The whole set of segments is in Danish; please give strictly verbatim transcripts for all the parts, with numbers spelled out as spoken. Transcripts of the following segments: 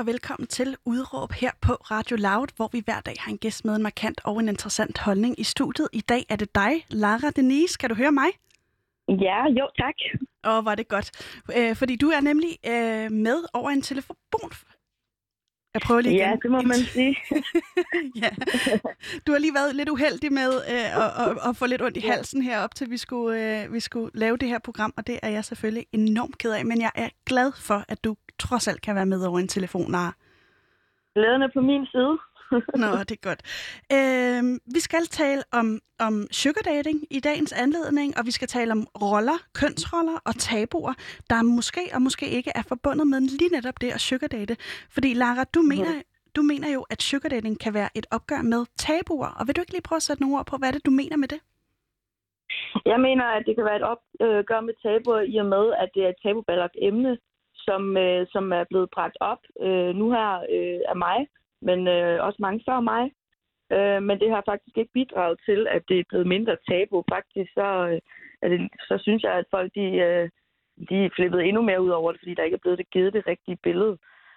og velkommen til Udråb her på Radio Loud, hvor vi hver dag har en gæst med en markant og en interessant holdning i studiet. I dag er det dig, Lara Denise. Kan du høre mig? Ja, jo tak. Åh, var det godt. Øh, fordi du er nemlig øh, med over en telefon. Jeg prøver lige igen. Ja, det må man sige. Ja. Du har lige været lidt uheldig med øh, at, at, at få lidt ondt i halsen herop til vi skulle, øh, vi skulle lave det her program, og det er jeg selvfølgelig enormt ked af. Men jeg er glad for, at du trods alt kan være med over en telefon, Lara. Glæden er på min side. Nå, det er godt. Øh, vi skal tale om, om sugar dating i dagens anledning, og vi skal tale om roller, kønsroller og tabuer, der måske og måske ikke er forbundet med lige netop det at sugar date. Fordi Lara, du, mm. mener, du mener jo, at sugar dating kan være et opgør med tabuer, og vil du ikke lige prøve at sætte nogle ord på, hvad er det, du mener med det? Jeg mener, at det kan være et opgør med tabuer i og med, at det er et tabubelagt emne, som, øh, som er blevet bragt op øh, nu her øh, af mig, men øh, også mange før mig. Øh, men det har faktisk ikke bidraget til, at det er blevet mindre tabu. Faktisk så, øh, er det, så synes jeg, at folk de, øh, de er flippet endnu mere ud over det, fordi der ikke er blevet det givet det rigtige billede.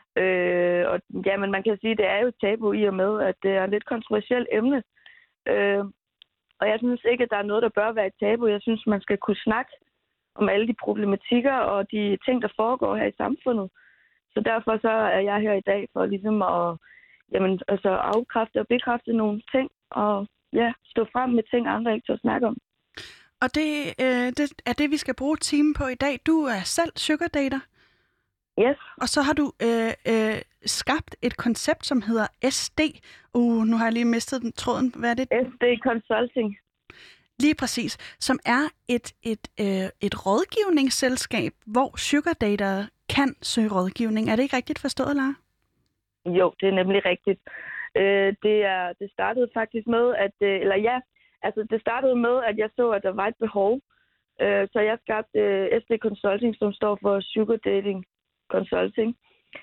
Øh, og ja, men man kan sige, at det er jo et tabu i og med, at det er et lidt kontroversielt emne. Øh, og jeg synes ikke, at der er noget, der bør være et tabu. Jeg synes, man skal kunne snakke om alle de problematikker og de ting, der foregår her i samfundet. Så derfor så er jeg her i dag for ligesom at jamen, altså afkræfte og bekræfte nogle ting, og ja, stå frem med ting, andre ikke tør snakke om. Og det, øh, det er det, vi skal bruge timen på i dag. Du er selv sugar dater. Yes. Og så har du øh, øh, skabt et koncept, som hedder S D. Uh, nu har jeg lige mistet den tråden. Hvad er det? S D Consulting. Lige præcis. Som er et, et, øh, et rådgivningsselskab, hvor sugar dater kan søge rådgivning. Er det ikke rigtigt forstået, Lara? Jo, det er nemlig rigtigt. Øh, det, er, det startede faktisk med, at, øh, eller ja, altså det startede med, at jeg så, at der var et behov. Øh, så jeg skabte øh, S D Consulting, som står for Sugar Dating Consulting,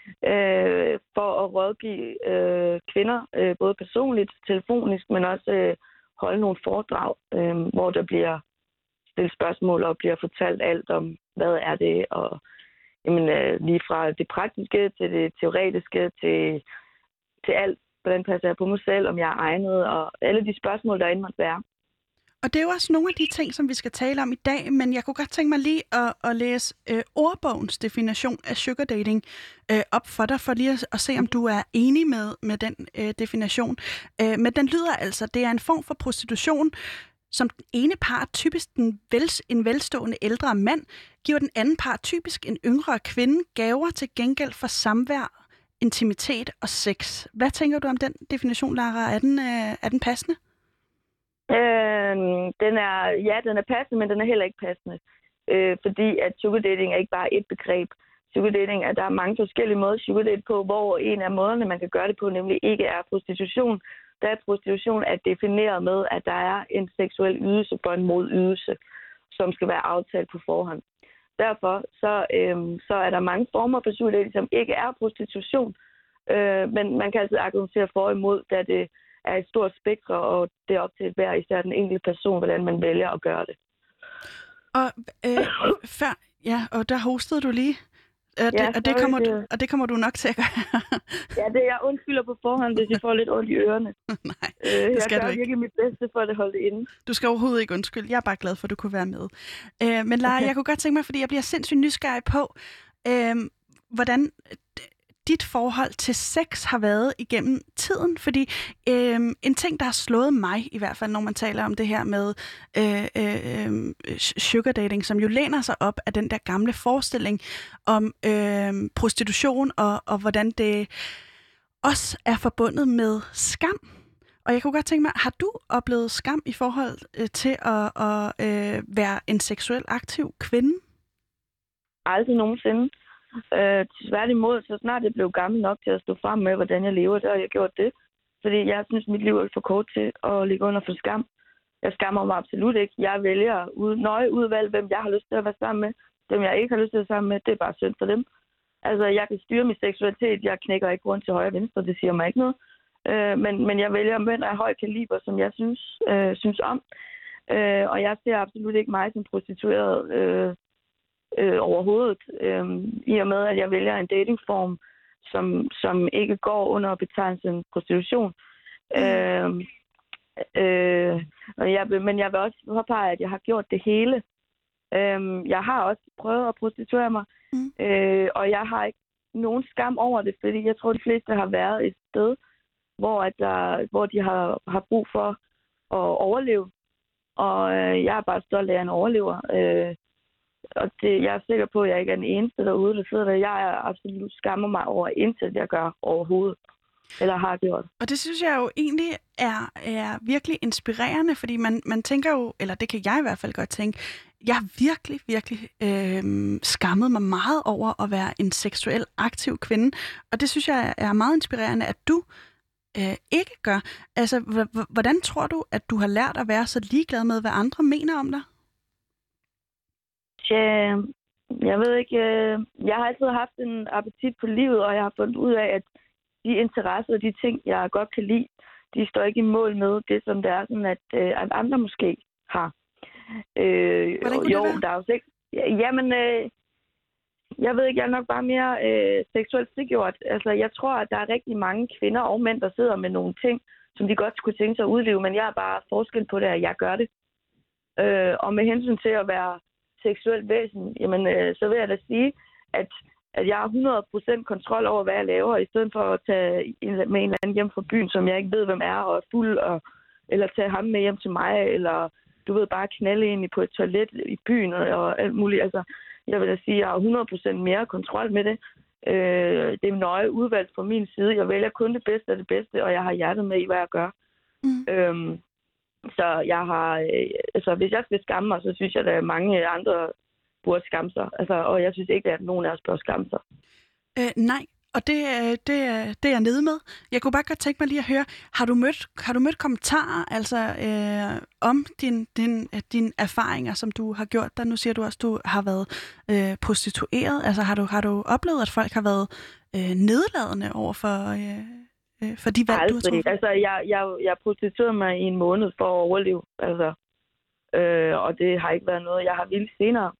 øh, for at rådgive øh, kvinder, øh, både personligt, telefonisk, men også øh, holde nogle foredrag, øh, hvor der bliver stillet spørgsmål og bliver fortalt alt om, hvad er det, og jamen, øh, lige fra det praktiske til det teoretiske til, til alt, hvordan passer jeg på mig selv, om jeg er egnet, og alle de spørgsmål, der inde måtte være. Og det er jo også nogle af de ting, som vi skal tale om i dag, men jeg kunne godt tænke mig lige at, at læse øh, ordbogens definition af sugar dating øh, op for dig, for lige at, at se, om du er enig med, med den øh, definition. Øh, men den lyder altså, det er en form for prostitution, som den ene part, typisk den vel, en velstående ældre mand, giver den anden part, typisk en yngre kvinde, gaver til gengæld for samvær, intimitet og sex. Hvad tænker du om den definition, Lara? Er den, øh, er den passende? Øh, den er, ja, den er passende, men den er heller ikke passende. Øh, fordi at sugar dating er ikke bare et begreb. Sugar dating er, der er mange forskellige måder at sugar date på, hvor en af måderne, man kan gøre det på, nemlig ikke er prostitution. Der er prostitution er defineret med, at der er en seksuel ydelse for en modydelse, som skal være aftalt på forhånd. Derfor så, øhm, så er der mange former for sugar dating, som ikke er prostitution, øh, men man kan altså argumentere for og imod, da det er et stort spektre, og det er op til hver især den enkelte person, hvordan man vælger at gøre det. Og, øh, før, ja, og der hostede du lige. Og det, ja, og, det kommer du, og det kommer du nok til at gøre. Ja, det jeg undskylder på forhånd, hvis jeg får lidt ondt i ørerne. Nej, øh, det skal jeg du gør ikke. virkelig mit bedste for at holde det inde. Du skal overhovedet ikke undskylde. Jeg er bare glad for, at du kunne være med. Øh, men Lara, jeg kunne godt tænke mig, fordi jeg bliver sindssygt nysgerrig på, øh, hvordan dit forhold til sex har været igennem tiden. Fordi øh, en ting, der har slået mig, i hvert fald når man taler om det her med øh, øh, sugar dating, som jo læner sig op af den der gamle forestilling om øh, prostitution, og, og hvordan det også er forbundet med skam. Og jeg kunne godt tænke mig, har du oplevet skam i forhold øh, til at, at øh, være en seksuelt aktiv kvinde? Aldrig nogensinde. Øh, tværtimod, så snart jeg blev gammel nok til at stå frem med, hvordan jeg lever, så har jeg gjort det. Fordi jeg synes, mit liv er for kort til at ligge under for skam. Jeg skammer mig absolut ikke. Jeg vælger ud, nøje udvalg, hvem jeg har lyst til at være sammen med. Dem, jeg ikke har lyst til at være sammen med, det er bare synd for dem. Altså, jeg kan styre min seksualitet. Jeg knækker ikke rundt til højre og venstre. Det siger mig ikke noget. Øh, men, men jeg vælger mænd af høj kaliber, som jeg synes, øh, synes om. Øh, og jeg ser absolut ikke mig som prostitueret øh, øh, overhovedet. Øh, I og med, at jeg vælger en datingform, som, som ikke går under betegnelsen prostitution. Mm. Øh, øh, og jeg vil, men jeg vil også påpege, at jeg har gjort det hele. Øh, jeg har også prøvet at prostituere mig, mm. øh, og jeg har ikke nogen skam over det, fordi jeg tror, de fleste har været et sted, hvor, at der, hvor de har, har brug for at overleve. Og øh, jeg er bare stolt af, at jeg er en overlever. Øh, og det, jeg er sikker på, at jeg ikke er den eneste derude, der sidder der. Jeg er absolut skammer mig over intet, jeg gør overhovedet. Eller har gjort. Og det synes jeg jo egentlig er, er virkelig inspirerende, fordi man, man tænker jo, eller det kan jeg i hvert fald godt tænke, jeg har virkelig, virkelig øh, skammet mig meget over at være en seksuel aktiv kvinde. Og det synes jeg er meget inspirerende, at du øh, ikke gør. Altså, h- hvordan tror du, at du har lært at være så ligeglad med, hvad andre mener om dig? Tja, jeg ved ikke. Øh, jeg har altid haft en appetit på livet, og jeg har fundet ud af, at de interesser og de ting, jeg godt kan lide, de står ikke i mål med det, som det er sådan, at, øh, at andre måske har. Øh, Hvordan kunne jo, det være? der er jo seks... Jamen, øh, jeg ved ikke, jeg er nok bare mere øh, seksuelt frigjort. Altså, jeg tror, at der er rigtig mange kvinder og mænd, der sidder med nogle ting, som de godt skulle tænke sig at udleve, men jeg er bare forskel på det, at jeg gør det. Øh, og med hensyn til at være seksuelt væsen, jamen, øh, så vil jeg da sige, at at jeg har hundrede procent kontrol over, hvad jeg laver, i stedet for at tage en, med en eller anden hjem fra byen, som jeg ikke ved, hvem er, og er fuld, og, eller tage ham med hjem til mig, eller du ved, bare knalde ind på et toilet i byen, og, og alt muligt. Altså, jeg vil da sige, at jeg har hundrede procent mere kontrol med det. Øh, det er nøje udvalgt fra min side. Jeg vælger kun det bedste af det bedste, og jeg har hjertet med i, hvad jeg gør. Mm. Øhm, så jeg har, øh, altså, hvis jeg skal skamme mig, så synes jeg, at der er mange andre burde skamme sig. Altså, og jeg synes ikke, at nogen af os bør skamme sig. Øh, nej, og det, det, det er jeg nede med. Jeg kunne bare godt tænke mig lige at høre, har du mødt, har du mødt kommentarer altså, øh, om din, din, dine erfaringer, som du har gjort der? Nu siger du også, at du har været øh, prostitueret. Altså, har du, har du oplevet, at folk har været øh, nedladende over for, øh, øh, for de valg, du har truffet? Altså, jeg, jeg, jeg prostituerede mig i en måned for at overleve. Altså, øh, og det har ikke været noget, jeg har vildt senere.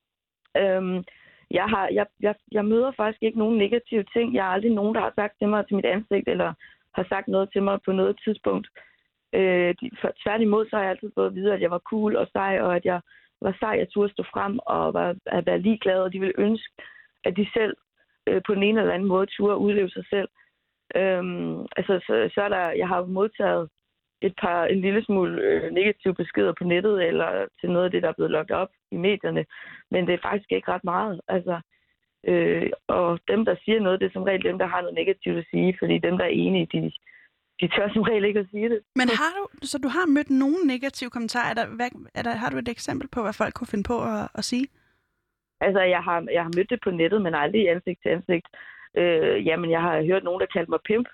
Øhm, jeg, har, jeg, jeg, jeg møder faktisk ikke nogen negative ting. Jeg har aldrig nogen, der har sagt til mig til mit ansigt, eller har sagt noget til mig på noget tidspunkt. Øh, de, for, tværtimod, så har jeg altid fået at vide, at jeg var cool og sej, og at jeg var sej, at jeg turde stå frem og var, at være ligeglad, og de ville ønske, at de selv øh, på den ene eller anden måde turde udleve sig selv. Øhm, altså, så, så er der, jeg har modtaget et par, en lille smule øh, negative beskeder på nettet, eller til noget af det, der er blevet lagt op i medierne. Men det er faktisk ikke ret meget. Altså, øh, og dem, der siger noget, det er som regel dem, der har noget negativt at sige, fordi dem, der er enige, de, de tør som regel ikke at sige det. Men har du, så du har mødt nogle negative kommentarer? Er der, hvad, er der, har du et eksempel på, hvad folk kunne finde på at, at sige? Altså, jeg har, jeg har mødt det på nettet, men aldrig ansigt til ansigt. Øh, jamen, jeg har hørt nogen, der kaldte mig pimp.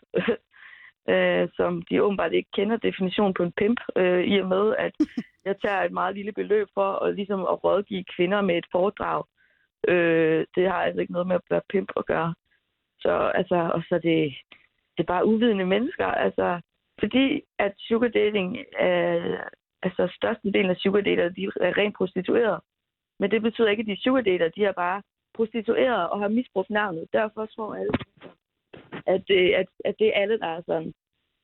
Øh, som de åbenbart ikke kender definitionen på en pimp, øh, i og med, at jeg tager et meget lille beløb for at, ligesom at rådgive kvinder med et foredrag. Øh, det har altså ikke noget med at være pimp at gøre. Så, altså, og så det, det er bare uvidende mennesker. Altså, fordi at sugar dating, er, altså størstedelen af sugar dater, de er rent prostituerede. Men det betyder ikke, at de sugar dater, de er bare prostituerede og har misbrugt navnet. Derfor tror alle, at det, at, at det er alle, der er sådan.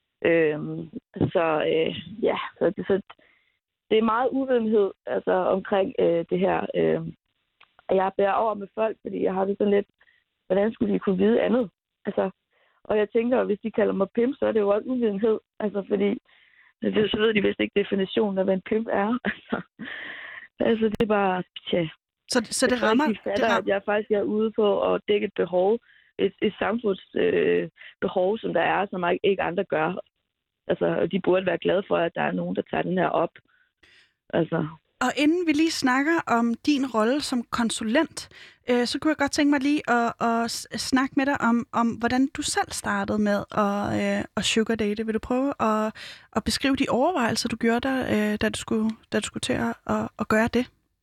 Øhm, så øh, ja, så det, så det er meget uvidenhed altså, omkring øh, det her. Øh, jeg bærer over med folk, fordi jeg har det sådan lidt, hvordan skulle de kunne vide andet? Altså, og jeg tænker, at hvis de kalder mig pimp, så er det jo også uvidenhed. Altså, fordi så ved de vist ikke definitionen af, hvad en pimp er. Altså, altså det er bare, tja. Så, så det rammer... De fatter, det ram... at jeg faktisk er ude på at dække et behov, et, et samfundsbehov, øh, som der er, som ikke andre gør. Altså, de burde være glade for, at der er nogen, der tager den her op. Altså. Og inden vi lige snakker om din rolle som konsulent, øh, så kunne jeg godt tænke mig lige at, at snakke med dig om, om, hvordan du selv startede med at, øh, at sugar date. Vil du prøve at, at beskrive de overvejelser, du gjorde der, øh, da, du skulle, da du skulle til at, at, at gøre det?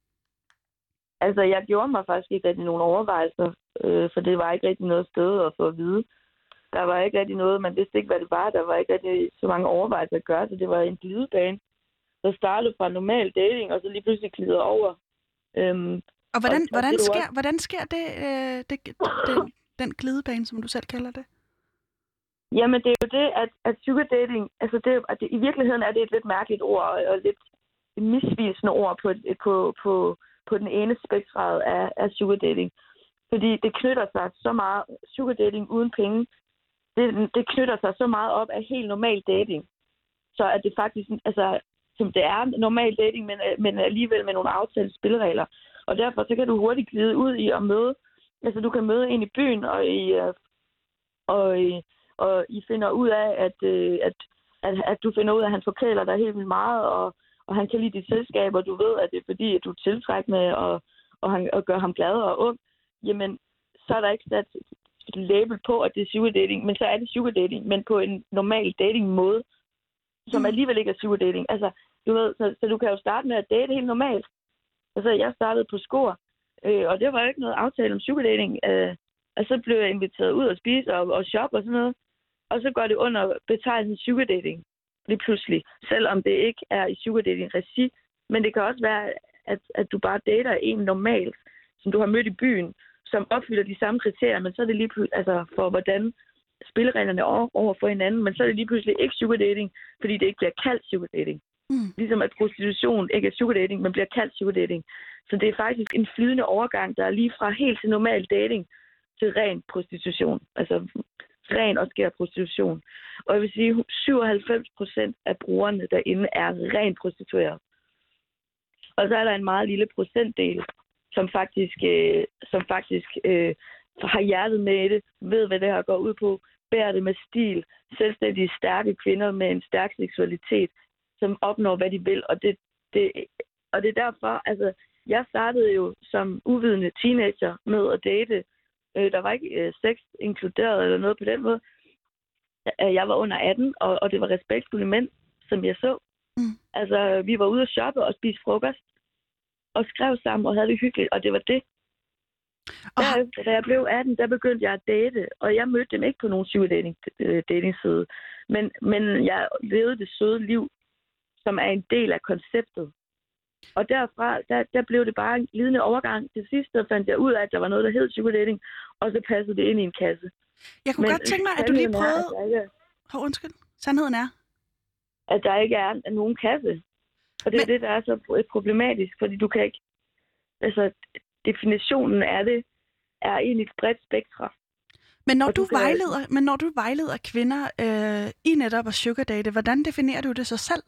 Altså, jeg gjorde mig faktisk ikke rigtig nogen overvejelser, øh, for det var ikke rigtig noget sted at få at vide. Der var ikke rigtig noget, man vidste ikke, hvad det var. Der var ikke rigtig så mange overvejelser at gøre, så det var en glidebane, der startede fra normal dating, og så lige pludselig glider over. Øhm, og hvordan, og, hvordan, og sker, også... hvordan sker det, øh, det, det, den glidebane, som du selv kalder det? Jamen, det er jo det, at, at sugar dating, altså det, at det, i virkeligheden er det et lidt mærkeligt ord, og, og lidt misvisende ord på, på, på, på den ene spektret af, af sugar dating. Fordi det knytter sig så meget, sugar dating uden penge, det, det knytter sig så meget op af helt normal dating. Så at det faktisk, altså, som det er normal dating, men, men alligevel med nogle aftalte spilleregler. Og derfor så kan du hurtigt glide ud i at møde, altså du kan møde en i byen, og i, og i og I finder ud af, at, øh, at, at, at du finder ud af, at han forkæler dig helt vildt meget, og, og han kan lide dit selskab, og du ved, at det er fordi, at du er tiltrækkende, og, og, han, og gør ham glad og ung, jamen, så er der ikke sat et label på, at det er sugar dating, men så er det sugar dating, men på en normal dating måde, som alligevel ikke er sugar dating. Altså, du ved, så, så du kan jo starte med at date helt normalt. Altså, jeg startede på Skor, øh, og det var jo ikke noget aftale om sugar dating, øh, og så blev jeg inviteret ud og spise og, og shoppe og sådan noget. Og så går det under betegnelsen sugar dating lige pludselig, selvom det ikke er i sugar dating regi. Men det kan også være, at, at du bare dater en normalt, som du har mødt i byen, som opfylder de samme kriterier, men så er det lige pludselig, altså for hvordan spillereglerne er over for hinanden, men så er det lige pludselig ikke sugar dating, fordi det ikke bliver kaldt sugar dating. Mm. Ligesom at prostitution ikke er sugar dating, men bliver kaldt sugar dating. Så det er faktisk en flydende overgang, der er lige fra helt til normal dating til ren prostitution. Altså ren og skær prostitution. Og jeg vil sige, at syvoghalvfems procent af brugerne derinde er ren prostitueret. Og så er der en meget lille procentdel, som faktisk, øh, som faktisk øh, har hjertet med i det, ved, hvad det her går ud på, bærer det med stil, selvstændige, stærke kvinder med en stærk seksualitet, som opnår, hvad de vil. Og det, det, og det er derfor, altså, jeg startede jo som uvidende teenager med at date. Der var ikke øh, sex inkluderet eller noget på den måde. Jeg var under atten, og, og det var respektfulde mænd, som jeg så. Mm. Altså, vi var ude at shoppe og spise frokost, og skrev sammen og havde det hyggeligt, og det var det. Derefter, da jeg blev atten, der begyndte jeg at date, og jeg mødte dem ikke på nogen sugar dating, dating-side. Men, men jeg levede det søde liv, som er en del af konceptet. Og derfra, der, der blev det bare en glidende overgang. Til sidst der fandt jeg ud af, at der var noget, der hed sugar dating, og så passede det ind i en kasse. Jeg kunne Men godt tænke mig, at du lige prøvede... Er, ikke... oh, undskyld. Sandheden er? At der ikke er nogen kasse. Og det Men... er det, der er så problematisk, fordi du kan ikke... Altså, definitionen af det er egentlig et bredt spektra. Men når, du du kan... vejleder, men når du vejleder kvinder øh, i netop at sugar date, hvordan definerer du det så selv?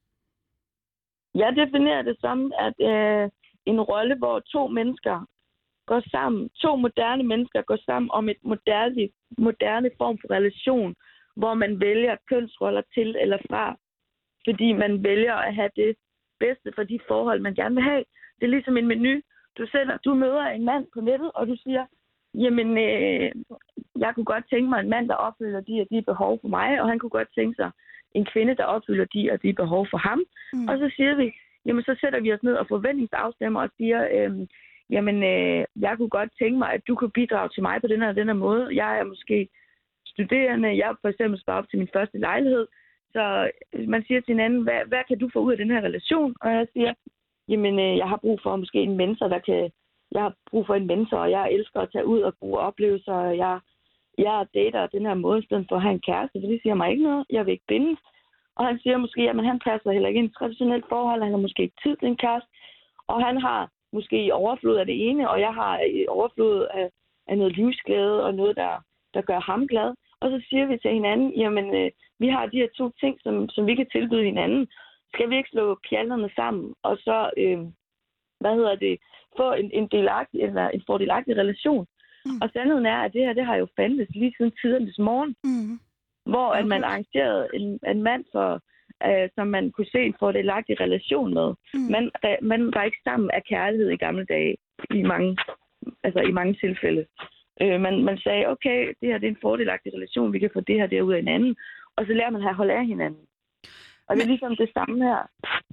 Jeg definerer det som, at øh, en rolle, hvor to mennesker går sammen, to moderne mennesker går sammen om et moderne, moderne form for relation, hvor man vælger kønsroller til eller fra, fordi man vælger at have det bedste for de forhold, man gerne vil have. Det er ligesom en menu. Du, sender, du møder en mand på nettet, og du siger, jamen, øh, jeg kunne godt tænke mig en mand, der opfylder de og de behov for mig, og han kunne godt tænke sig en kvinde, der opfylder de og de behov for ham. Mm. Og så siger vi, jamen så sætter vi os ned og forventningsafstemmer og siger, øh, jamen øh, jeg kunne godt tænke mig, at du kunne bidrage til mig på den her, den her måde. Jeg er måske studerende, jeg for eksempel sparer op til min første lejlighed, så man siger til hinanden, hvad, hvad kan du få ud af den her relation? Og jeg siger, jamen øh, jeg har brug for måske en mentor, der kan, jeg har brug for en mentor, og jeg elsker at tage ud og bruge oplevelser, og jeg jeg dater den her måde, i stedet for at have en kæreste, for det siger mig ikke noget. Jeg vil ikke bindes. Og han siger måske, at han passer heller ikke i et traditionelt forhold. Han har måske ikke tid til en kæreste. Og han har måske overflod af det ene, og jeg har overflod af, af noget livsglæde og noget, der, der gør ham glad. Og så siger vi til hinanden, jamen, øh, vi har de her to ting, som, som vi kan tilbyde hinanden. Skal vi ikke slå pjallerne sammen, og så, øh, hvad hedder det, få en, en, delagtig, eller en fordelagtig relation? Mm. Og sandheden er, at det her, det har jo fandtes lige siden tidernes morgen, mm. hvor okay. at man arrangerede en, en mand, for, øh, som man kunne se en fordelagtig relation med. Mm. Man, man var ikke sammen af kærlighed i gamle dage, i mange, altså i mange tilfælde. Øh, man, man sagde, okay, det her det er en fordelagtig relation, vi kan få det her derud af hinanden, og så lærer man at holde af hinanden. Og Men... det er ligesom det samme her.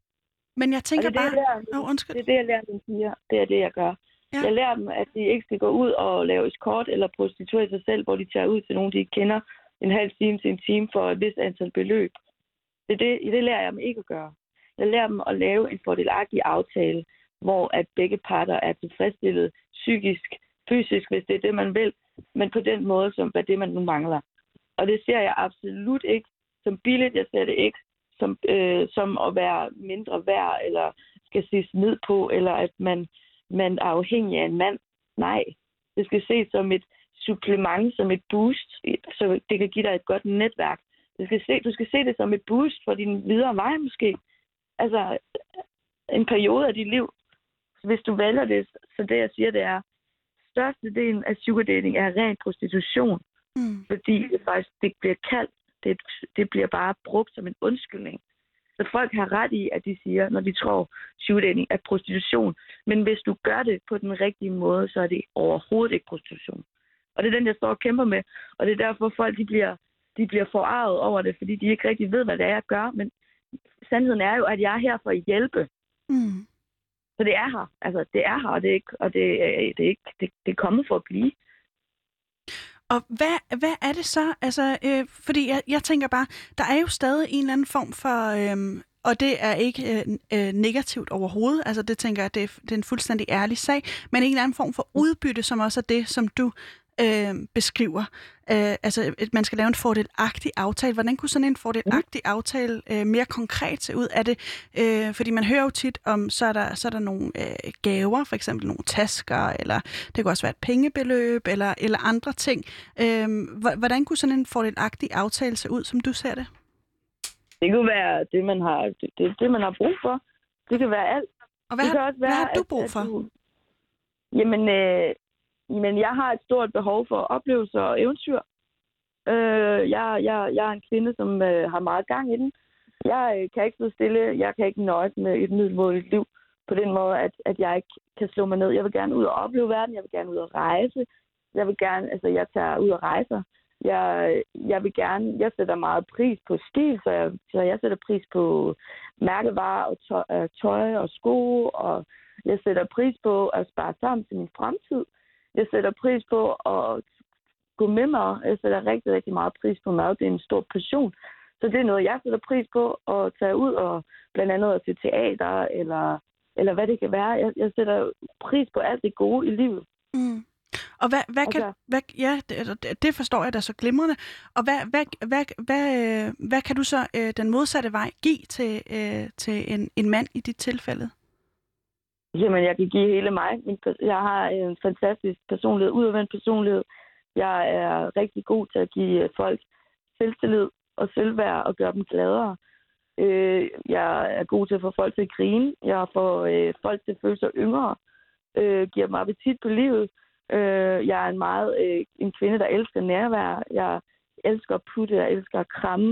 Men jeg tænker det, bare... Det, jeg lærer, oh, undskyld. det er det, jeg lærer mine piger. Det er det, jeg gør. Ja. Jeg lærer dem, at de ikke skal gå ud og lave escort eller prostituere sig selv, hvor de tager ud til nogen, de ikke kender en halv time til en time for et vist antal beløb. Det, er det, det lærer jeg dem ikke at gøre. Jeg lærer dem at lave en fordelagtig aftale, hvor at begge parter er tilfredsstillet psykisk, fysisk, hvis det er det, man vil, men på den måde, som hvad det, man nu mangler. Og det ser jeg absolut ikke som billigt. Jeg ser det ikke som, øh, som at være mindre værd, eller skal ses ned på, eller at man, man er afhængig af en mand. Nej, det skal ses som et supplement, som et boost, så det kan give dig et godt netværk. Du skal se, du skal se det som et boost for din videre vej, måske. Altså, en periode af dit liv. Hvis du vælger det, så det, jeg siger, det er, størstedelen af sugar dating er ren prostitution. Mm. Fordi det faktisk det bliver kaldt, det, det bliver bare brugt som en undskyldning. Så folk har ret i, at de siger, når de tror, sugar dating er prostitution. Men hvis du gør det på den rigtige måde, så er det overhovedet ikke prostitution. Og det er den, jeg står og kæmper med. Og det er derfor, folk de bliver, de bliver forarvet over det, fordi de ikke rigtig ved, hvad det er, jeg gør. Men sandheden er jo, at jeg er her for at hjælpe. Mm. Så det er her. Altså, det er her, og det er, ikke, og det, det er, ikke, det, det er kommet for at blive. Og hvad, hvad er det så? Altså, øh, fordi jeg, jeg tænker bare, der er jo stadig en eller anden form for, øh, og det er ikke øh, negativt overhovedet, altså det tænker jeg, det er, det er en fuldstændig ærlig sag, men en eller anden form for udbytte, som også er det, som du øh, beskriver. Øh, altså, at man skal lave en fordelagtig aftale. Hvordan kunne sådan en fordelagtig aftale øh, mere konkret se ud? Er det, øh, fordi man hører jo tit om, så er der, så er der nogle øh, gaver, for eksempel nogle tasker, eller det kan også være et pengebeløb, eller, eller andre ting. Øh, hvordan kunne sådan en fordelagtig aftale se ud, som du ser det? Det kunne være det, man har, det, det, det, man har brug for. Det kan være alt. Og hvad, det kan har, også være, hvad har du brug at, for? At du, jamen, øh, jamen, jeg har et stort behov for oplevelser og eventyr. Øh, jeg, jeg, jeg er en kvinde, som øh, har meget gang i den. Jeg øh, kan ikke stå stille. Jeg kan ikke nøjes med et middelmådigt liv på den måde, at, at jeg ikke kan slå mig ned. Jeg vil gerne ud og opleve verden. Jeg vil gerne ud og rejse. Jeg vil gerne, altså jeg tager ud og rejser. Jeg, jeg vil gerne, jeg sætter meget pris på stil, så jeg, så jeg sætter pris på mærkevarer og tøj, tøj og sko, og jeg sætter pris på at spare sammen til min fremtid. Jeg sætter pris på at gå med mig. Jeg sætter rigtig, rigtig meget pris på mad. Det er en stor passion. Så det er noget, jeg sætter pris på at tage ud og blandt andet at se teater, eller, eller hvad det kan være. Jeg, jeg sætter pris på alt det gode i livet. Mm. Og hvad, hvad kan, altså, hvad, ja, det, det forstår jeg da så glimrende. Og hvad, hvad, hvad, hvad, hvad kan du så øh, den modsatte vej give til, øh, til en, en mand i dit tilfælde? Jamen, jeg kan give hele mig. Jeg har en fantastisk personlighed, udadvendt personlighed. Jeg er rigtig god til at give folk selvtillid og selvværd og gøre dem gladere. Jeg er god til at få folk til at grine. Jeg får folk til at føle sig yngre. Giver dem appetit på livet. Jeg er en meget en kvinde, der elsker nærvær. Jeg elsker at putte, jeg elsker at kramme.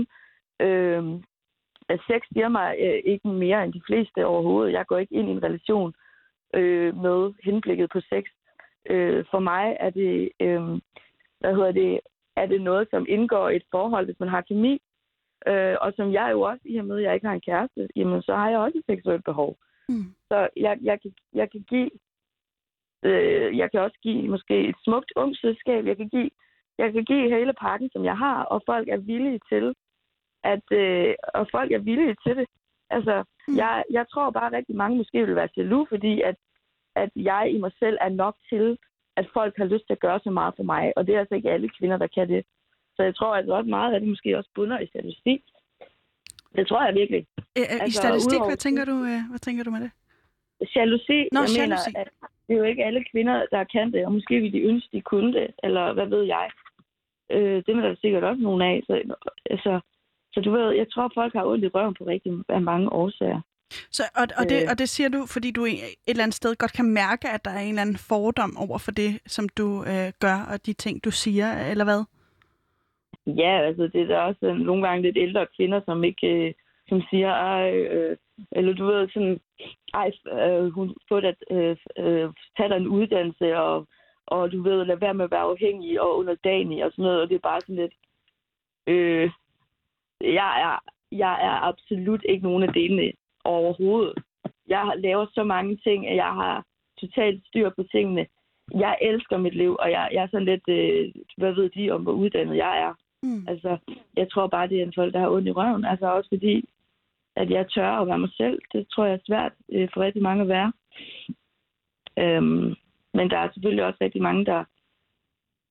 Sex giver mig ikke mere end de fleste overhovedet. Jeg går ikke ind i en relation med henblikket på sex. For mig er det... Hvad hedder det, er det noget, som indgår i et forhold, hvis man har kemi. Øh, og som jeg jo også, i og med, at jeg ikke har en kæreste, jamen, så har jeg også et seksuelt behov. Mm. Så jeg, jeg, kan, jeg kan give, øh, jeg kan også give måske et smukt ungt selskab. Jeg kan give, jeg kan give hele pakken, som jeg har, og folk er villige til, at, øh, og folk er villige til det. Altså, mm. jeg, jeg tror bare rigtig mange måske vil være jaloux, fordi at, at jeg i mig selv er nok til, at folk har lyst til at gøre så meget for mig. Og det er altså ikke alle kvinder, der kan det. Så jeg tror, at også meget af det måske også bunder i statistik. Det tror jeg virkelig. Æ, I altså, statistik, hvad tænker, du, hvad tænker du med det? Jalousi. Nå, jeg jalousi. mener, at det er jo ikke alle kvinder, der kan det. Og måske vil de ønske, de kunne det. Eller hvad ved jeg. Øh, det er der sikkert også nogen af. Så, altså, så du ved, jeg tror, folk har ondt i røven på rigtig mange årsager. Så, og, og, det, og det siger du, fordi du et eller andet sted godt kan mærke, at der er en eller anden fordom over for det, som du øh, gør, og de ting, du siger, eller hvad? Ja, altså det er der også nogle gange lidt ældre kvinder, som ikke øh, som siger, ej, øh, eller du ved, sådan, ej, øh, hun får at øh, øh, tage dig en uddannelse, og, og du ved, lade være med at være afhængig og underdanig og sådan noget, og det er bare sådan lidt, øh, jeg er, jeg er absolut ikke nogen af delene overhovedet. Jeg laver så mange ting, at jeg har totalt styr på tingene. Jeg elsker mit liv, og jeg, jeg er sådan lidt, øh, hvad ved de om, hvor uddannet jeg er. Mm. Altså, jeg tror bare, det er en folk, der har ondt i røven. Altså også fordi, at jeg tør at være mig selv. Det tror jeg er svært øh, for rigtig mange at være. Øhm, men der er selvfølgelig også rigtig mange, der,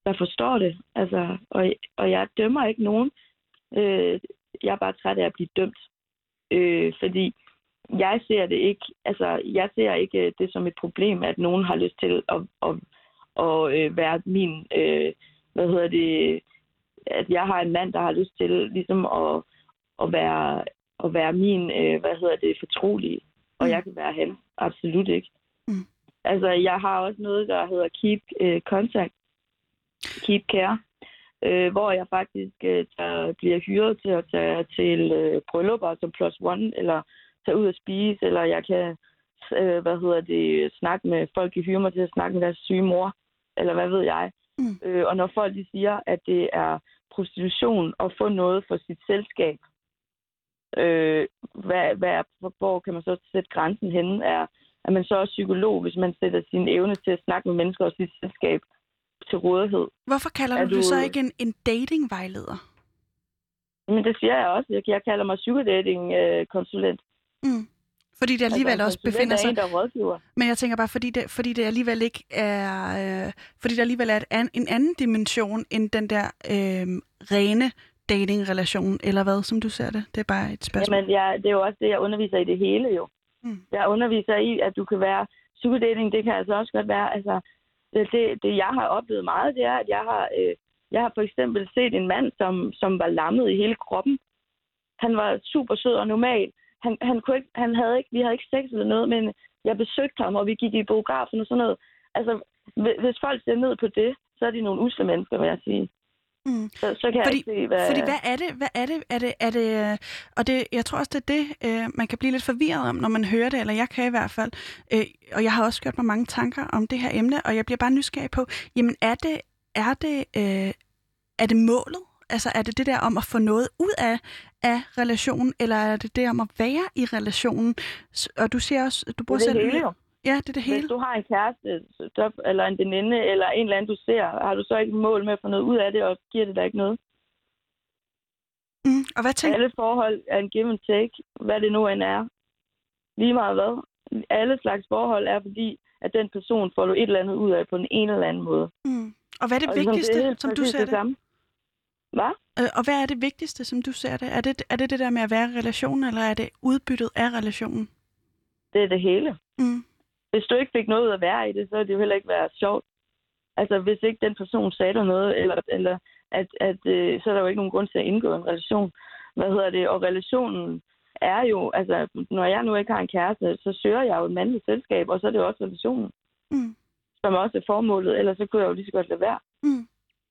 der forstår det. Altså, og, og jeg dømmer ikke nogen. Øh, jeg er bare træt af at blive dømt. Øh, fordi jeg ser det ikke, altså, jeg ser ikke det som et problem, at nogen har lyst til at, at, at, at være min, øh, hvad hedder det, at jeg har en mand, der har lyst til ligesom at, at være, at være min, øh, hvad hedder det, fortrolige. Og mm. jeg kan være han. Absolut ikke. Mm. Altså, jeg har også noget, der hedder Keep uh, Contact. Keep Care. Uh, hvor jeg faktisk uh, tager, bliver hyret til at tage til uh, bryllupper som plus one, eller tage ud og spise, eller jeg kan, uh, hvad hedder det, snakke med folk, de hyrer mig til at snakke med deres syge mor, eller hvad ved jeg. Mm. Uh, og når folk de siger, at det er prostitution at få noget for sit selskab, øh, hvad, hvad, hvor kan man så sætte grænsen henne? Er, er man så også psykolog, hvis man sætter sin evne til at snakke med mennesker og sit selskab til rådighed? Hvorfor kalder du, du det så ikke en, en datingvejleder? Men det siger jeg også. Jeg, jeg kalder mig sugar dating øh, konsulent. Mm. Fordi det alligevel altså, også befinder sig... En, der rådgiver. Men jeg tænker bare, fordi det, fordi det alligevel ikke er... Øh, fordi det alligevel er et an, en anden dimension end den der øh, rene dating-relation, eller hvad, som du ser det? Det er bare et spørgsmål. Jamen, jeg, det er jo også det, jeg underviser i det hele, jo. Mm. Jeg underviser i, at du kan være... Sugar dating, det kan altså også godt være... Altså, det, det, det, jeg har oplevet meget, det er, at jeg har... Øh, jeg har for eksempel set en mand, som, som var lammet i hele kroppen. Han var super sød og normal. Han, han, kunne ikke, han havde ikke, vi havde ikke sex eller noget, men jeg besøgte ham, og vi gik i biografen og sådan noget. Altså, hvis folk ser ned på det, så er de nogle usle mennesker, vil jeg sige. Mm. Så, så kan fordi, jeg ikke se, hvad... Fordi hvad er det? Hvad er det? Er det, er det og det, jeg tror også, det er det, øh, man kan blive lidt forvirret om, når man hører det, eller jeg kan i hvert fald. Øh, og jeg har også gjort mig mange tanker om det her emne, og jeg bliver bare nysgerrig på, jamen er det, er det, øh, er det målet? Altså er det det der om at få noget ud af, af relationen, eller er det det om at være i relationen? Og du siger også, du bruger det er det selv... hele, jo. Ja, det er det hele. Hvis du har en kæreste, eller en veninde, eller en eller anden, du ser, har du så ikke mål med at få noget ud af det, og giver det da ikke noget? Mm, og hvad tænker... Alle forhold er en give and take, hvad det nu end er. Lige meget hvad. Alle slags forhold er fordi, at den person får du et eller andet ud af på en, en eller anden måde. Mm. Og hvad er det og vigtigste, det er som du ser det? det? Hvad? Øh, og hvad er det vigtigste, som du ser det? Er det, er det det der med at være i relationen, eller er det udbyttet af relationen? Det er det hele. Mm. Hvis du ikke fik noget ud at være i det, så ville det jo heller ikke være sjovt. Altså, hvis ikke den person sagde dig noget, eller, eller at, at, øh, så er der jo ikke nogen grund til at indgå en relation. Hvad hedder det? Og relationen er jo, altså, når jeg nu ikke har en kæreste, så søger jeg jo et mandligt selskab, og så er det jo også relationen. Mm. Som også er formålet, ellers så kunne jeg jo lige så godt lade være. Mm.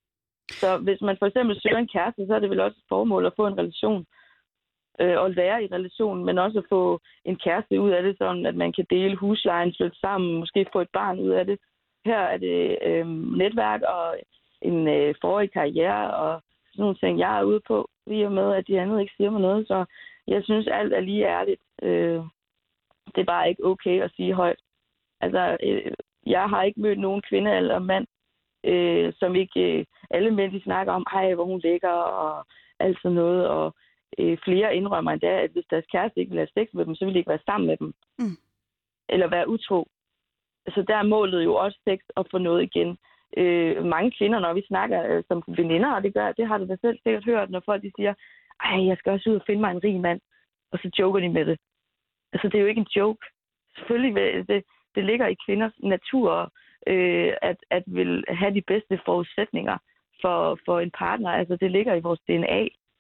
Så hvis man for eksempel søger en kæreste, så er det vel også et formål at få en relation. Øh, og være i relationen, men også at få en kæreste ud af det, sådan at man kan dele huslejen, flytte sammen, måske få et barn ud af det. Her er det øh, netværk og en øh, forrige karriere og sådan nogle ting, jeg er ude på, i og med, at de andre ikke siger mig noget. Så jeg synes, alt er lige ærligt. Øh, det er bare ikke okay at sige højt. Altså, øh, jeg har ikke mødt nogen kvinde eller mand, øh, som ikke... Øh, alle mænd, de snakker om, hej, hvor hun ligger og alt sådan noget, og øh, flere indrømmer endda, at hvis deres kæreste ikke vil have sex med dem, så vil de ikke være sammen med dem. Mm. Eller være utro. Så der er målet jo også sex at få noget igen. Øh, mange kvinder, når vi snakker øh, som veninder, og det gør, det har du da selv sikkert hørt, når folk de siger, ej, jeg skal også ud og finde mig en rig mand, og så joker de med det. Altså, det er jo ikke en joke. Selvfølgelig, det, det ligger i kvinders natur, øh, at, at vil have de bedste forudsætninger for, for en partner. Altså, det ligger i vores D N A.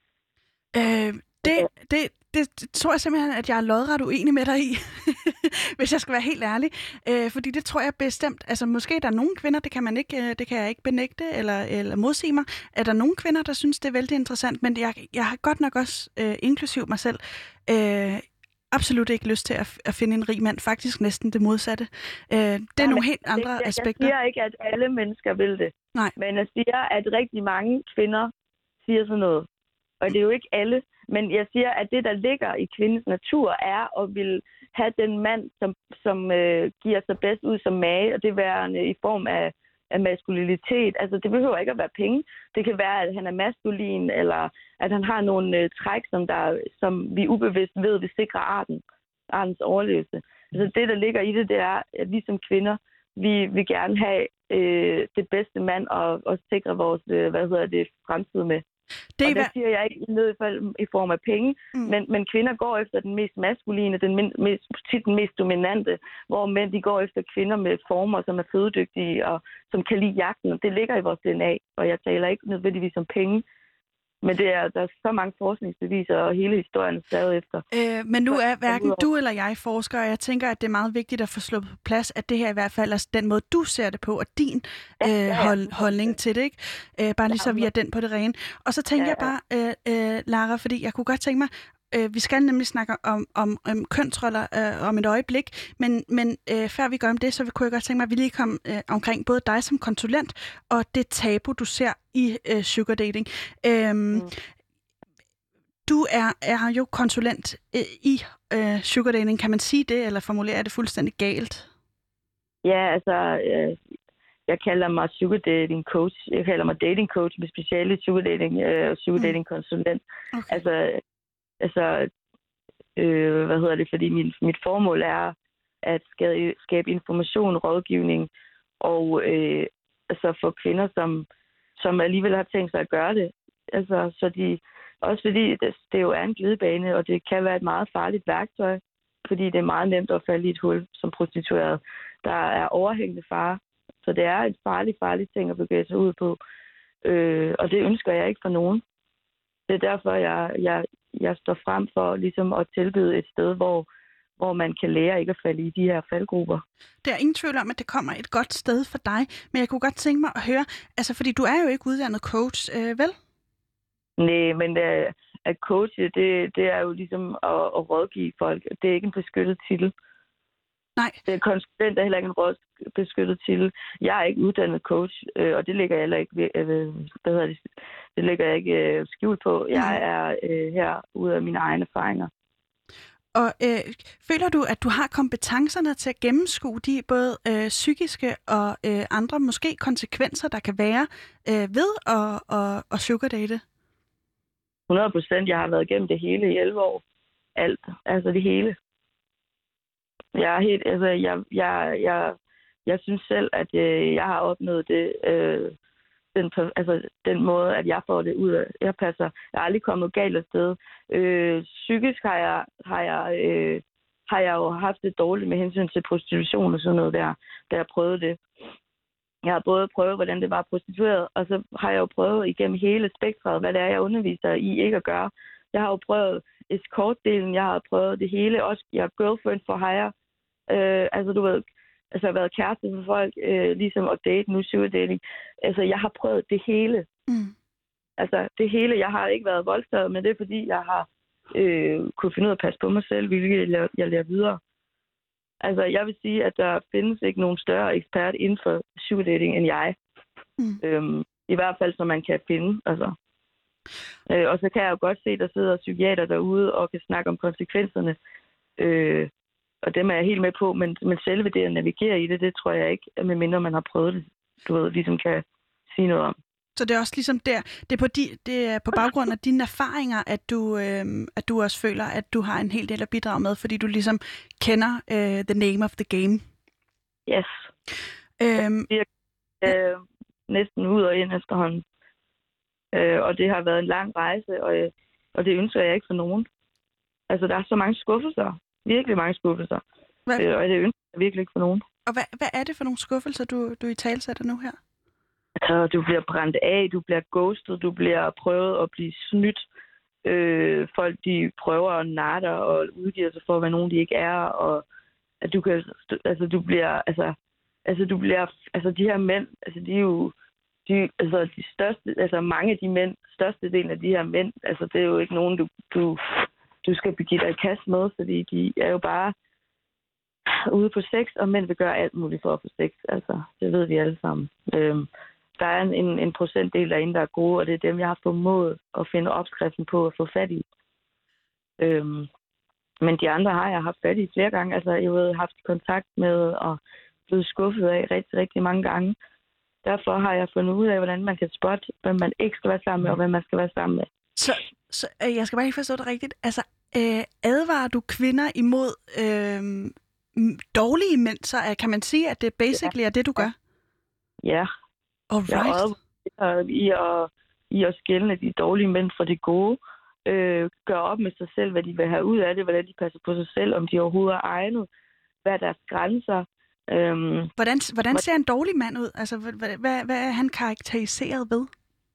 Øh, det, det, det tror jeg simpelthen, at jeg er lodret uenig med dig i, hvis jeg skal være helt ærlig. Øh, fordi det tror jeg bestemt, altså måske der er nogle kvinder, det kan man ikke, det kan jeg ikke benægte eller, eller modsige mig, er der nogle kvinder, der synes, det er vældig interessant, men jeg, jeg har godt nok også, øh, inklusiv mig selv, øh, absolut ikke lyst til at, at finde en rig mand, faktisk næsten det modsatte. Øh, det er ja, nogle helt andre det, jeg, aspekter. Jeg siger ikke, at alle mennesker vil det. Nej. Men jeg siger, at rigtig mange kvinder siger sådan noget. Og det er jo ikke alle. Men jeg siger, at det, der ligger i kvindens natur, er at vil have den mand, som, som øh, giver sig bedst ud som mage, og det værende i form af, af maskulinitet. Altså, det behøver ikke at være penge. Det kan være, at han er maskulin, eller at han har nogle øh, træk, som, der, som vi ubevidst ved vil sikre arten, artens overlevelse. Altså, det, der ligger i det, det er, at vi som kvinder, vi vil gerne have øh, det bedste mand og, og sikre vores, øh, hvad hedder det, fremtid med. Det og det siger jeg ikke ned i, i form af penge, mm. men, men kvinder går efter den mest maskuline, den min, mest, tit den mest dominante, hvor mænd de går efter kvinder med former, som er fødedygtige og som kan lide jagten. Det ligger i vores D N A, og jeg taler ikke nødvendigvis om penge. Men det er, der er så mange forskningsbeviser, og hele historien er stadig efter. Øh, men nu er hverken du eller jeg forsker, og jeg tænker, at det er meget vigtigt at få slået på plads, at det her i hvert fald er den måde, du ser det på, og din øh, ja, ja, ja. hold, holdning til det, ikke? Øh, bare lige så vi er den på det rene. Og så tænker ja, ja. jeg bare, øh, øh, Lara, fordi jeg kunne godt tænke mig, øh, vi skal nemlig snakke om, om, om kønsroller øh, om et øjeblik, men, men øh, før vi gør om det, så kunne jeg godt tænke mig, at vi lige kom øh, omkring både dig som konsulent, og det tabu, du ser i øh, sugar dating. Øhm, mm. Du er, er jo konsulent øh, i øh, sugar dating. Kan man sige det, eller formulerer det fuldstændig galt? Ja, altså, øh, jeg kalder mig sugar dating coach. Jeg kalder mig dating coach med speciale i sugar dating og øh, sugar dating mm. konsulent. Okay. Altså, altså øh, hvad hedder det? Fordi min, mit formål er at skabe, skabe information, rådgivning og øh, altså for kvinder, som som alligevel har tænkt sig at gøre det. Altså, så de, også fordi det, det jo er en glidebane, og det kan være et meget farligt værktøj, fordi det er meget nemt at falde i et hul som prostitueret. Der er overhængende fare, så det er et farligt, farligt ting at bevæge sig ud på. Øh, og det ønsker jeg ikke for nogen. Det er derfor, jeg, jeg, jeg står frem for ligesom at tilbyde et sted, hvor hvor man kan lære ikke at falde i de her faldgrupper. Der er ingen tvivl om, at det kommer et godt sted for dig, men jeg kunne godt tænke mig at høre, altså fordi du er jo ikke uddannet coach, øh, vel? Nej, men øh, at coache, det, det er jo ligesom at, at rådgive folk. Det er ikke en beskyttet titel. Nej. Det er konsulent er heller ikke en råd beskyttet titel. Jeg er ikke uddannet coach, øh, og det ligger jeg heller ikke, øh, hvad hedder det, det ligger jeg ikke øh, skjult på. Jeg mm. er øh, her ud af mine egne erfaringer. Og øh, føler du, at du har kompetencerne til at gennemskue de både øh, psykiske og øh, andre måske konsekvenser, der kan være øh, ved at, at, at sugardate? hundrede procent. Jeg har været igennem det hele i elleve år. Alt. Altså det hele. Jeg er helt, altså jeg, jeg, jeg, jeg synes selv, at øh, jeg har opnået det, øh, den, altså den måde, at jeg får det ud af. Jeg passer. Jeg er aldrig kommet galt afsted. Øh, psykisk har jeg, har jeg, øh, har jeg jo haft det dårligt med hensyn til prostitution og sådan noget der, da jeg prøvede det. Jeg har både prøvet, hvordan det var prostitueret, og så har jeg jo prøvet igennem hele spektret, hvad det er, jeg underviser i ikke at gøre. Jeg har jo prøvet escort-delen, jeg har prøvet det hele, også jeg er girlfriend for hire. Øh, altså du ved, altså jeg har været kæreste for folk, øh, ligesom at date, nu sugar dating. Altså jeg har prøvet det hele. Mm. Altså det hele, jeg har ikke været voldtaget, men det er fordi, jeg har øh, kunne finde ud af at passe på mig selv, hvilket jeg, jeg lærer videre. Altså jeg vil sige, at der findes ikke nogen større ekspert inden for sugar dating end jeg. Mm. Øhm, I hvert fald, som man kan finde. Altså. Øh, og så kan jeg jo godt se, at der sidder psykiater derude og kan snakke om konsekvenserne. Øh, og dem er jeg helt med på, men, men selve det at navigere i det, det tror jeg ikke, medmindre man har prøvet det, du ved, ligesom kan sige noget om. Så det er også ligesom der, det er på, de, det er på baggrund af dine erfaringer, at du, øh, at du også føler, at du har en hel del at bidrage med, fordi du ligesom kender øh, the name of the game. Yes. Øhm, jeg er øh, næsten ud og ind efterhånden. Øh, og det har været en lang rejse, og, øh, og det ønsker jeg ikke for nogen. Altså, der er så mange skuffelser. Virkelig mange skuffelser. Øh, og det ønsker jeg virkelig ikke for nogen. Og hvad, hvad er det for nogle skuffelser, du, du italesætter nu her? Altså, du bliver brændt af, du bliver ghostet, du bliver prøvet at blive snydt. Øh, folk, de prøver at narre og udgiver sig for, hvad nogen de ikke er, og at du kan, altså, du bliver, altså, altså, du bliver, altså, de her mænd, altså, de er jo, de, altså, de største, altså, mange af de mænd, største del af de her mænd, altså, det er jo ikke nogen, du, du, du skal begive dig i kast med, fordi de er jo bare ude på sex, og mænd vil gøre alt muligt for at få sex, altså, det ved vi alle sammen. Øh, Der er en, en procentdel derinde, der er gode, og det er dem, jeg har formået at finde opskriften på at få fat i. Øhm, men de andre har jeg haft fat i flere gange. Altså, jeg har haft kontakt med og blevet skuffet af rigtig, rigtig mange gange. Derfor har jeg fundet ud af, hvordan man kan spotte, hvem man ikke skal være sammen med, og hvem man skal være sammen med. Så, så øh, jeg skal bare ikke forstå det rigtigt. Altså, øh, advarer du kvinder imod øh, dårlige mænd, så kan man sige, at det basically ja. er det, du gør? ja, jeg Alright. øver i at, i at skelne de dårlige mænd fra det gode. Øh, gøre op med sig selv, hvad de vil have ud af det, hvordan de passer på sig selv, om de overhovedet er egnet, hvad er deres grænser. Øhm, Hvordan, hvordan ser en dårlig mand ud? Altså, hvad, hvad, hvad er han karakteriseret ved?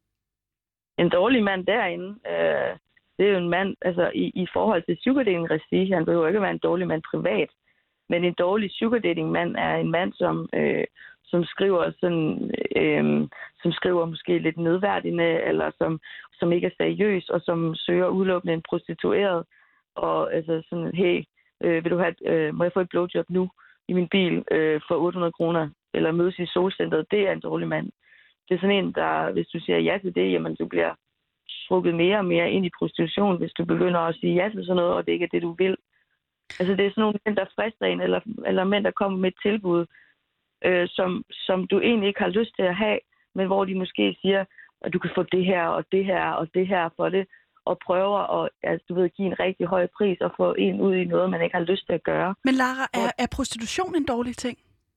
En dårlig mand derinde, øh, det er jo en mand, altså i, i forhold til sugardating-regi, han behøver ikke at være en dårlig mand privat, men en dårlig sugardating-mand er en mand, som, øh, som skriver sådan, øh, som skriver måske lidt nedværdigende, eller som, som ikke er seriøs, og som søger udelukkende en prostitueret, og altså sådan, hey, øh, vil du have, øh, må jeg få et blowjob nu i min bil øh, for otte hundrede kroner, eller mødes i solcentret, det er en dårlig mand. Det er sådan en, der, hvis du siger ja til det, jamen du bliver trukket mere og mere ind i prostitution, hvis du begynder at sige ja til sådan noget, og det ikke er det, du vil. Altså det er sådan nogle mænd, der frister en, eller, eller mænd, der kommer med et tilbud, øh, som, som du egentlig ikke har lyst til at have, men hvor de måske siger, at du kan få det her, og det her, og det her for det, og prøver at, altså, du ved, give en rigtig høj pris, og få en ud i noget, man ikke har lyst til at gøre. Men Lara, er, er prostitution en dårlig ting?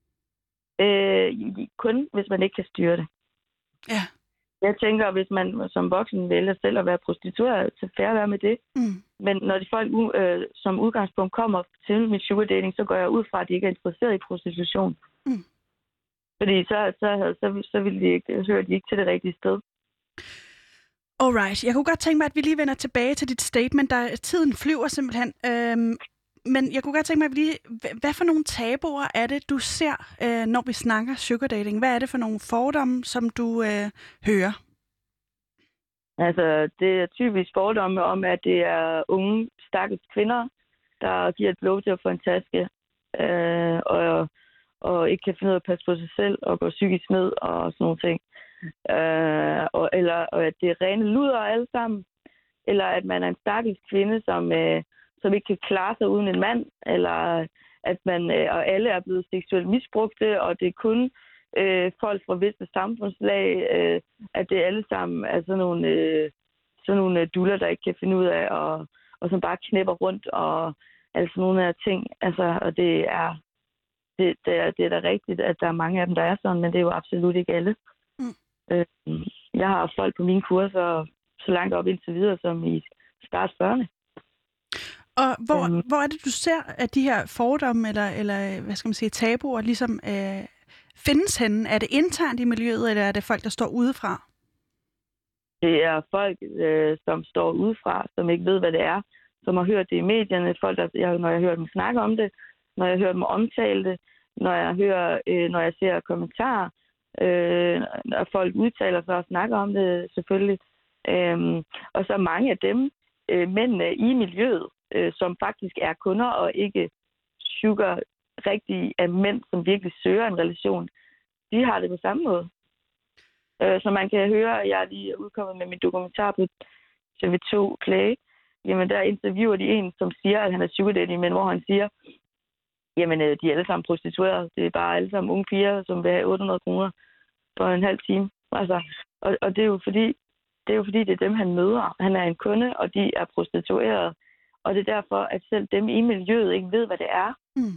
Øh, kun hvis man ikke kan styre det. Ja. Jeg tænker, hvis man som voksen vælger selv at være prostitueret, så fair at være med det. Mm. Men når de folk øh, som udgangspunkt kommer til min sugar dating, så går jeg ud fra, at de ikke er interesseret i prostitution. Mm. Fordi så, så, så, så vil de ikke, så hører de ikke til det rigtige sted. Alright. Jeg kunne godt tænke mig, at vi lige vender tilbage til dit statement. Der, tiden flyver simpelthen. Øhm, men jeg kunne godt tænke mig, at vi lige... Hvad for nogle tabuer er det, du ser, øh, når vi snakker sugar dating? Hvad er det for nogle fordomme, som du øh, hører? Altså, det er typisk fordomme om, at det er unge, stakkels kvinder, der giver et blowjob for en taske, øh, og, og ikke kan finde ud af at passe på sig selv, og gå psykisk ned og sådan nogle ting. Øh, og, eller og at det er rene luder alle sammen, eller at man er en stakkels kvinde, som, øh, som ikke kan klare sig uden en mand, eller at man øh, og alle er blevet seksuelt misbrugte, og det er kun øh, folk fra visse samfundslag, øh, at det alle sammen er sådan nogle, øh, sådan nogle øh, duller, der ikke kan finde ud af, og, og som bare knæpper rundt, og altså nogle af ting. Altså, og det er, det, det, er, det er da rigtigt, at der er mange af dem, der er sådan, men det er jo absolut ikke alle. Mm. Øh, jeg har folk på mine kurser så langt op indtil videre, som i start fyrrerne. Og hvor, Øhm. hvor er det, du ser, at de her fordomme, eller, eller hvad skal man sige, tabuer, ligesom øh, findes henne? Er det internt i miljøet, eller er det folk, der står udefra? Det er folk, øh, som står udefra, som ikke ved, hvad det er, som har hørt det i medierne, folk, der, jeg, når jeg hører dem snakke om det, når jeg hører dem omtale det, når jeg, hører, øh, når jeg ser kommentarer, øh, når folk udtaler sig og snakker om det selvfølgelig. Øhm, og så mange af dem, øh, mændene i miljøet, øh, som faktisk er kunder og ikke sugar rigtige af mænd, som virkelig søger en relation, de har det på samme måde. Øh, så man kan høre, at jeg er lige udkommet med min dokumentar på T V to Play. Jamen der interviewer de en, som siger, at han er sugar daddy, men hvor han siger, jamen øh, de er alle sammen prostituerede. Det er bare alle sammen unge piger, som vil have otte hundrede kroner for en halv time. Altså, og, og det er jo fordi, det er jo fordi, det er dem, han møder. Han er en kunde, og de er prostituerede. Og det er derfor, at selv dem i miljøet ikke ved, hvad det er. Mm.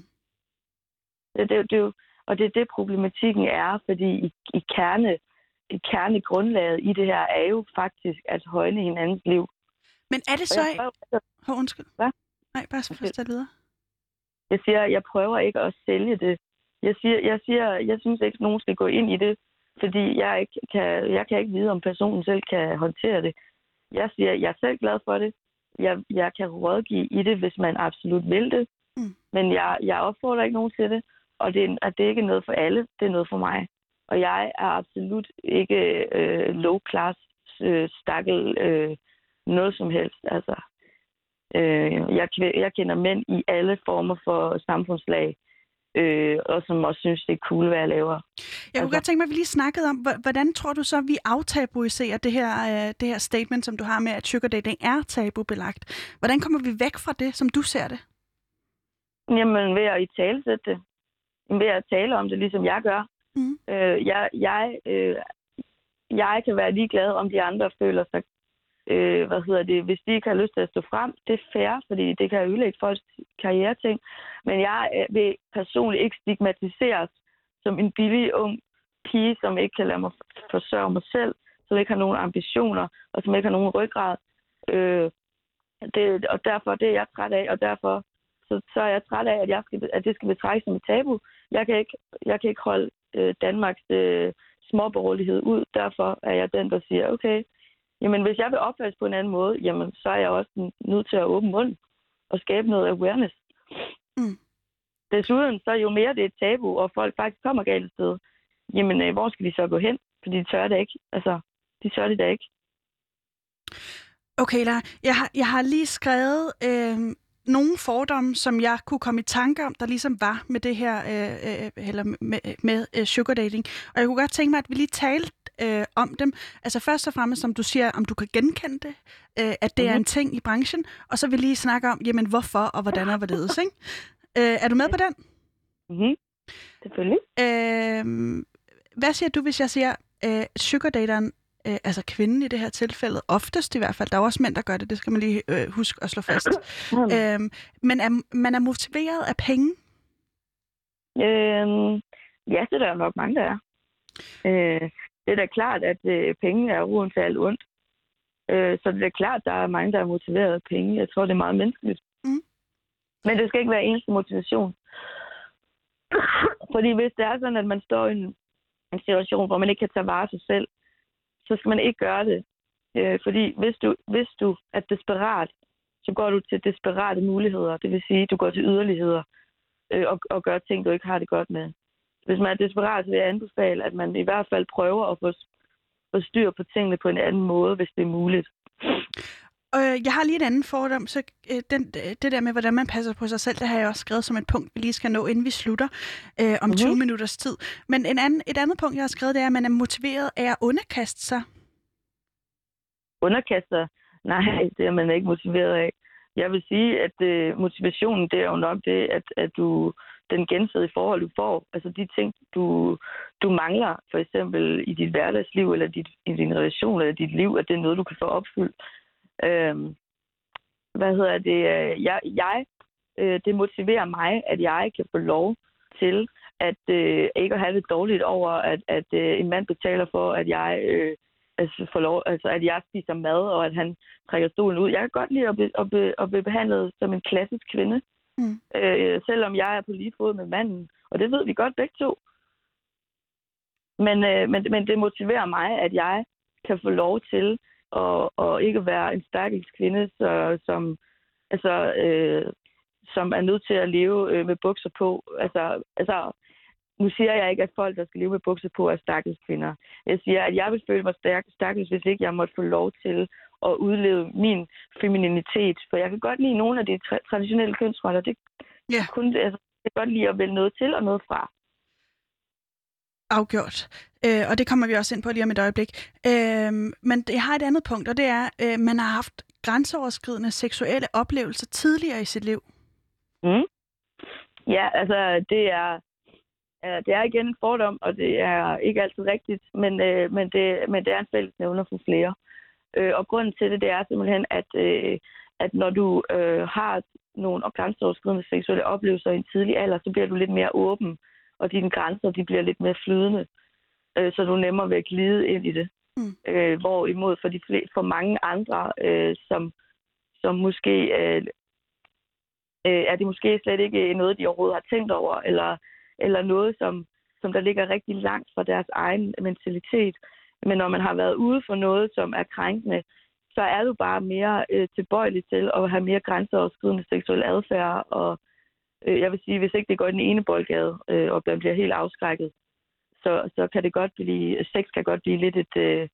Det, det, det, og det er det, problematikken er, fordi i, i, kerne, i kernegrundlaget i det her er jo faktisk at højne hinandens liv. Men er det så... Jeg prøver, oh, undskyld. Hvad? Nej, bare fortsæt videre. Jeg siger, jeg prøver ikke at sælge det. Jeg siger, jeg siger, jeg synes ikke, at nogen skal gå ind i det, fordi jeg, ikke kan, jeg kan ikke vide, om personen selv kan håndtere det. Jeg siger, jeg er selv glad for det. Jeg, jeg kan rådgive i det, hvis man absolut vil det. Mm. Men jeg, jeg opfordrer ikke nogen til det, og det, at det ikke er noget for alle, det er noget for mig. Og jeg er absolut ikke øh, low-class, øh, stakkel, øh, noget som helst. Altså, øh, jeg, jeg kender mænd i alle former for samfundslag, øh, og som også synes, det er cool, hvad jeg laver. Jeg kunne altså godt tænke mig, at vi lige snakkede om, hvordan tror du så, vi aftabuiserer det her, øh, det her statement, som du har med, at sugar dating er tabubelagt. Hvordan kommer vi væk fra det, som du ser det? Jamen ved at italesætte det. Ved at tale om det, ligesom jeg gør. Mm. Øh, jeg, jeg, øh, jeg kan være ligeglad, om de andre føler sig, øh, hvad hedder det, hvis de ikke har lyst til at stå frem. Det er fair, fordi det kan ødelægge folks karriereting. Men jeg øh, vil personligt ikke stigmatiseres som en billig, ung pige, som ikke kan lade mig forsørge mig selv, som ikke har nogen ambitioner, og som ikke har nogen ryggrad. Øh, det, og derfor det er jeg træt af, og derfor så, så er jeg træt af, at, jeg skal, at det skal betragtes som et tabu. Jeg kan ikke, jeg kan ikke holde øh, Danmarks øh, småborgerlighed ud. Derfor er jeg den, der siger, okay, jamen hvis jeg vil opfattes på en anden måde, jamen så er jeg også nødt til at åbne munden og skabe noget awareness. Mm. Desuden, så jo mere det er et tabu, og folk faktisk kommer galt et sted, jamen øh, hvor skal de så gå hen? Fordi de tør det ikke. Altså, de tør det da ikke. Okay, Lara. Jeg har, jeg har lige skrevet øh, nogle fordomme, som jeg kunne komme i tanke om, der ligesom var med det her, øh, øh, eller med, med øh, sugar dating. Og jeg kunne godt tænke mig, at vi lige talte øh, om dem. Altså først og fremmest, som du siger, om du kan genkende det, øh, at det mm-hmm. er en ting i branchen, og så vil vi lige snakke om, jamen hvorfor og hvordan og hvorledes, ikke? Øh, er du med på den? Mhm. Selvfølgelig. Øh, hvad siger du, hvis jeg siger, øh, sugardateren, øh, altså kvinden i det her tilfælde, oftest i hvert fald, der er også mænd, der gør det, det skal man lige øh, huske at slå fast, øh, men er, man er motiveret af penge? Øh, ja, det er der nok mange, der er. Øh, det er da klart, at øh, penge er roden til alt ondt. Øh, så det er klart, at der er mange, der er motiveret af penge. Jeg tror, det er meget menneskeligt. Mm. Men det skal ikke være eneste motivation. Fordi hvis det er sådan, at man står i en, en situation, hvor man ikke kan tage vare af sig selv, så skal man ikke gøre det. Øh, fordi hvis du, hvis du er desperat, så går du til desperate muligheder. Det vil sige, at du går til yderligheder øh, og, og gør ting, du ikke har det godt med. Hvis man er desperat, så vil jeg anbefale, at man i hvert fald prøver at få, få styr på tingene på en anden måde, hvis det er muligt. Øh, jeg har lige en anden fordom, så øh, den, det der med, hvordan man passer på sig selv, det har jeg også skrevet som et punkt, vi lige skal nå, inden vi slutter øh, om mm-hmm. tyve minutters tid. Men en anden, et andet punkt, jeg har skrevet, det er, at man er motiveret af at underkaste sig. Underkaste sig? Nej, det er man ikke motiveret af. Jeg vil sige, at øh, motivationen, det er jo nok det, at, at du, den gensidige forhold, du får, altså de ting, du, du mangler, for eksempel i dit hverdagsliv, eller dit, i din relation, eller dit liv, at det er noget, du kan få opfyldt. Øhm, hvad hedder det? Jeg, jeg, øh, det motiverer mig, at jeg kan få lov til at øh, ikke at have det dårligt over, at, at øh, en mand betaler for, at jeg øh, altså, får lov, altså at jeg spiser mad, og at han trækker stolen ud. Jeg kan godt lide at blive, at blive, at blive behandlet som en klassisk kvinde, mm. øh, selvom jeg er på lige fod med manden, og det ved vi godt begge to. Men, øh, men, men det motiverer mig, at jeg kan få lov til Og, og ikke være en stakkels kvinde, så, som, altså, øh, som er nødt til at leve øh, med bukser på. Altså, altså, nu siger jeg ikke, at folk, der skal leve med bukser på, er stakkels kvinder. Jeg siger, at jeg vil føle mig stakkels, hvis ikke jeg måtte få lov til at udleve min femininitet. For jeg kan godt lide nogle af de tra- traditionelle kønsroller. Det, yeah. kun, altså, jeg kan godt lide at vælge noget til og noget fra. Afgjort. Øh, og det kommer vi også ind på lige om et øjeblik. Øh, men jeg har et andet punkt, og det er, at øh, man har haft grænseoverskridende seksuelle oplevelser tidligere i sit liv. Mm. Ja, altså det er, øh, det er igen en fordom, og det er ikke altid rigtigt, men, øh, men, det, men det er en fællesnævner for flere. Øh, og grunden til det, det er simpelthen, at, øh, at når du øh, har nogle grænseoverskridende seksuelle oplevelser i en tidlig alder, så bliver du lidt mere åben, og dine grænser, de bliver lidt mere flydende, øh, så du er nemmere ved at glide ind i det. Mm. Øh, hvorimod for, de flere, for mange andre, øh, som, som måske øh, øh, er det måske slet ikke noget, de overhovedet har tænkt over, eller, eller noget, som, som der ligger rigtig langt fra deres egen mentalitet. Men når man har været ude for noget, som er krænkende, så er du bare mere øh, tilbøjelig til at have mere grænseoverskridende seksuel adfærd, og jeg vil sige, hvis ikke det går i den ene boldgade, øh, og man bliver helt afskrækket, så, så kan det godt blive, sex kan godt blive lidt et, øh,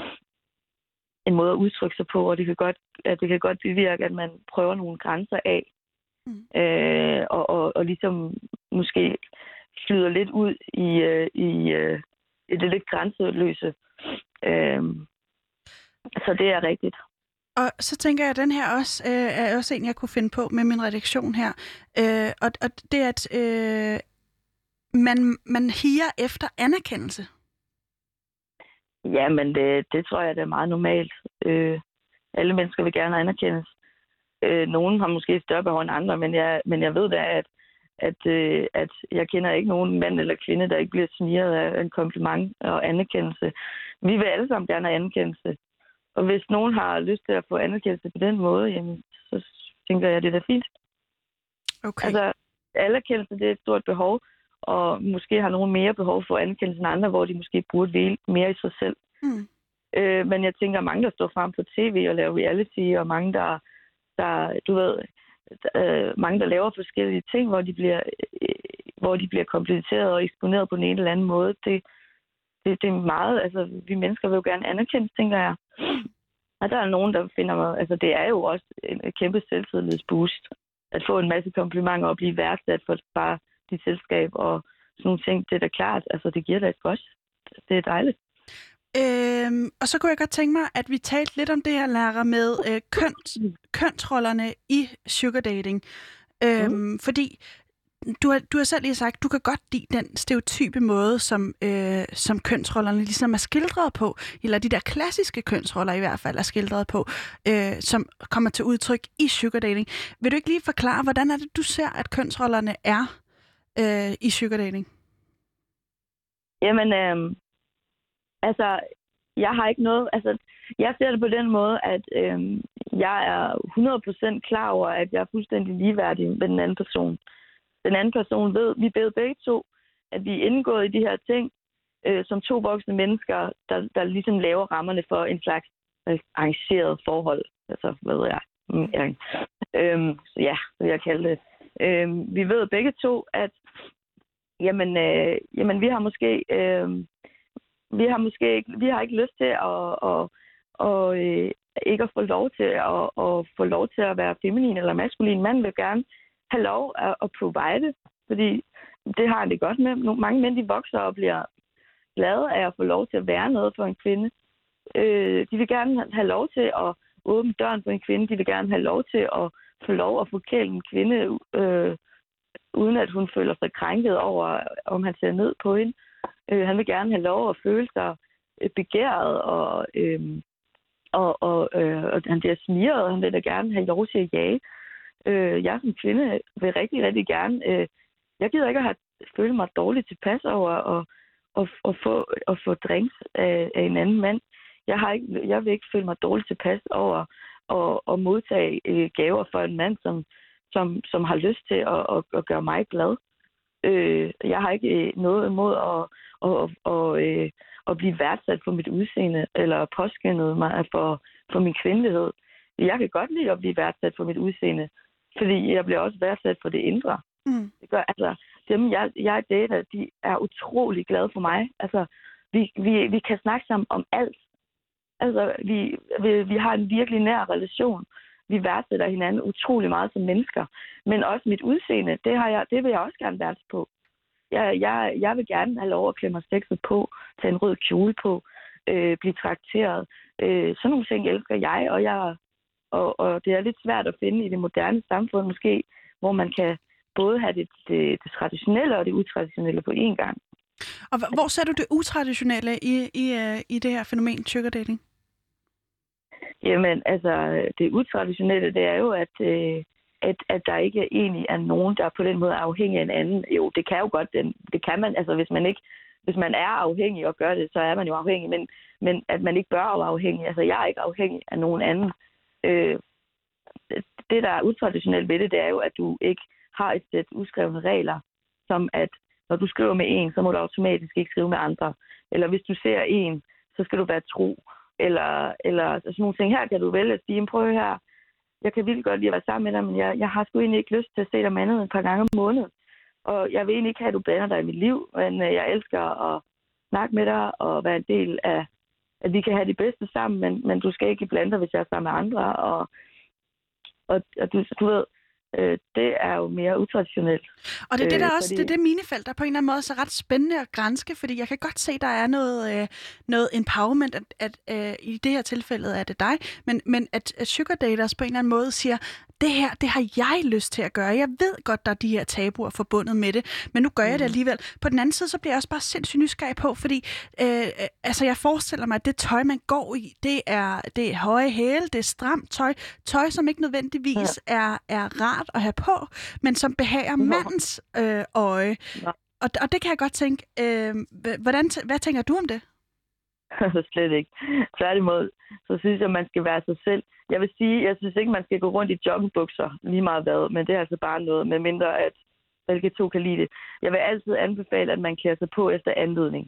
en måde at udtrykke sig på, og det kan godt, at det kan godt bevirke, at man prøver nogle grænser af, mm. øh, og, og, og ligesom måske flyder lidt ud i, øh, i, øh, i det lidt grænseløse. Øh, så det er rigtigt. Og så tænker jeg, at den her også øh, er også en, jeg kunne finde på med min redaktion her. Øh, og, og det er, at øh, man, man higer efter anerkendelse. Ja, men det, det tror jeg, det er meget normalt. Øh, alle mennesker vil gerne anerkendes. Øh, nogen har måske større behov end andre, men jeg, men jeg ved da, at, at, øh, at jeg kender ikke nogen mand eller kvinde, der ikke bliver smiret af en kompliment og anerkendelse. Vi vil alle sammen gerne have anerkendelse. Og hvis nogen har lyst til at få anerkendelse på den måde, jamen, så tænker jeg, at det er da fint. Okay. Altså, anerkendelse, det er et stort behov, og måske har nogen mere behov for anerkendelse end andre, hvor de måske burde hvile mere i sig selv. Mm. Øh, men jeg tænker, mange, der står frem på tv og laver reality, og mange, der, der du ved, øh, mange, der laver forskellige ting, hvor de bliver, øh, hvor de bliver kompletteret og eksponeret på en eller anden måde, det, det, det er meget, altså, vi mennesker vil jo gerne anerkendes, tænker jeg. Og der er nogen, der finder mig, altså, det er jo også en kæmpe selvtillidsboost, at få en masse komplimenter og blive værdsat for bare dit selskab og sådan nogle ting, det er da klart, altså, det giver da et godt. Det er dejligt. Øhm, og så kunne jeg godt tænke mig, at vi talte lidt om det her, Lara, med øh, køns, kønsrollerne i sugar dating. Øhm, mm. Fordi du har, du har selv lige sagt, du kan godt lide den stereotype måde, som, øh, som kønsrollerne ligesom er skildret på, eller de der klassiske kønsroller i hvert fald er skildret på, øh, som kommer til udtryk i sugar dating. Vil du ikke lige forklare, hvordan er det, du ser, at kønsrollerne er øh, i sugar dating? Jamen, øh... Altså, jeg har ikke noget... Altså, jeg ser det på den måde, at øhm, jeg er hundrede procent klar over, at jeg er fuldstændig ligeværdig med den anden person. Den anden person ved, vi ved begge to, at vi er indgået i de her ting, øh, som to voksne mennesker, der, der ligesom laver rammerne for en slags øh, arrangeret forhold. Altså, hvad ved jeg? Mm, ja. Øhm, så ja, så vil jeg kalde det. Øhm, vi ved begge to, at jamen, øh, jamen vi har måske... Øh, Vi har måske ikke, vi har ikke lyst til at, at, at, at ikke at få lov til at, at få lov til at være feminin eller maskulin. Man vil gerne have lov at, at provide, fordi det har det godt med. Mange mænd, de vokser og bliver glade af at få lov til at være noget for en kvinde. De vil gerne have lov til at åbne døren for en kvinde. De vil gerne have lov til at få lov at forkæle en kvinde, øh, uden at hun føler sig krænket over, om han ser ned på hende. Øh, han vil gerne have lov at føle sig begæret, og, øh, og, og, øh, og han bliver smiret, og han vil da gerne have lov til at jage. Øh, jeg som kvinde vil rigtig, rigtig gerne... Øh, jeg gider ikke at have, føle mig dårligt tilpas over at, at, at, få, at få drinks af, af en anden mand. Jeg, har ikke, jeg vil ikke føle mig dårligt tilpas over at, at modtage øh, gaver for en mand, som, som, som har lyst til at, at, at gøre mig glad. Øh, jeg har ikke noget imod at, at, at, at, at blive værdsat for mit udseende, eller påskyndet mig for, for min kvindelighed. Jeg kan godt lide at blive værdsat for mit udseende, fordi jeg bliver også værdsat for det indre. Mm. Det gør, altså, dem, jeg, jeg dater, de er utrolig glade for mig. Altså, vi, vi, vi kan snakke sammen om alt. Altså, vi, vi, vi har en virkelig nær relation. Vi værdsætter hinanden utrolig meget som mennesker. Men også mit udseende, det, har jeg, det vil jeg også gerne værdsætte på. Jeg, jeg, jeg vil gerne have lov at klæde mig sexet på, tage en rød kjole på, øh, blive trakteret. Øh, sådan nogle ting elsker jeg, og, jeg og, og det er lidt svært at finde i det moderne samfund måske, hvor man kan både have det, det, det traditionelle og det utraditionelle på én gang. Og hvor ser du det utraditionelle i, i, i det her fænomen sugar dating? Jamen, altså, det utraditionelle, det er jo, at, øh, at, at der ikke egentlig er nogen, der på den måde er afhængig af en anden. Jo, det kan jo godt, det, det kan man, altså hvis man ikke, hvis man er afhængig og gør det, så er man jo afhængig, men, men at man ikke bør være afhængig, altså jeg er ikke afhængig af nogen anden. Øh, det, der er utraditionelt ved det, det er jo, at du ikke har et sæt uskrevne regler, som at når du skriver med en, så må du automatisk ikke skrive med andre. Eller hvis du ser en, så skal du være tro. Eller, eller altså sådan nogle ting. Her kan du vælge at sige, prøv her, jeg kan virkelig godt lide at være sammen med dig, men jeg, jeg har sgu egentlig ikke lyst til at se dig mandet et par gange om måneden. Og jeg vil egentlig ikke have, at du blander dig i mit liv, men jeg elsker at snakke med dig og være en del af, at vi kan have det bedste sammen, men, men du skal ikke blande dig, hvis jeg er sammen med andre. Og, og, og du, du ved, øh, det er jo mere utraditionelt. Og det er det, der øh, også, fordi... det er det minefelt, der på en eller anden måde er ret spændende at granske, fordi jeg kan godt se, der er noget, øh, noget empowerment, at, at øh, i det her tilfælde er det dig, men, men at, at sugar daters på en eller anden måde siger, det her, det har jeg lyst til at gøre. Jeg ved godt, der er de her tabuer forbundet med det, men nu gør jeg det alligevel. På den anden side, så bliver jeg også bare sindssygt nysgerrig på, fordi øh, altså, jeg forestiller mig, at det tøj, man går i, det er, det er høje hæle, det er stramt tøj, tøj, som ikke nødvendigvis ja. er, er rart rart at have på, men som behager Nå. mandens øh, øje. Nå. Og, og det kan jeg godt tænke, øh, hvordan, hvad tænker du om det? Slet ikke. Tværtimod, så synes jeg, man skal være sig selv. Jeg vil sige, jeg synes ikke, man skal gå rundt i joggingbukser lige meget hvad, men det er altså bare noget, med mindre at begge to kan lide det. Jeg vil altid anbefale, at man klæder sig på efter anledning.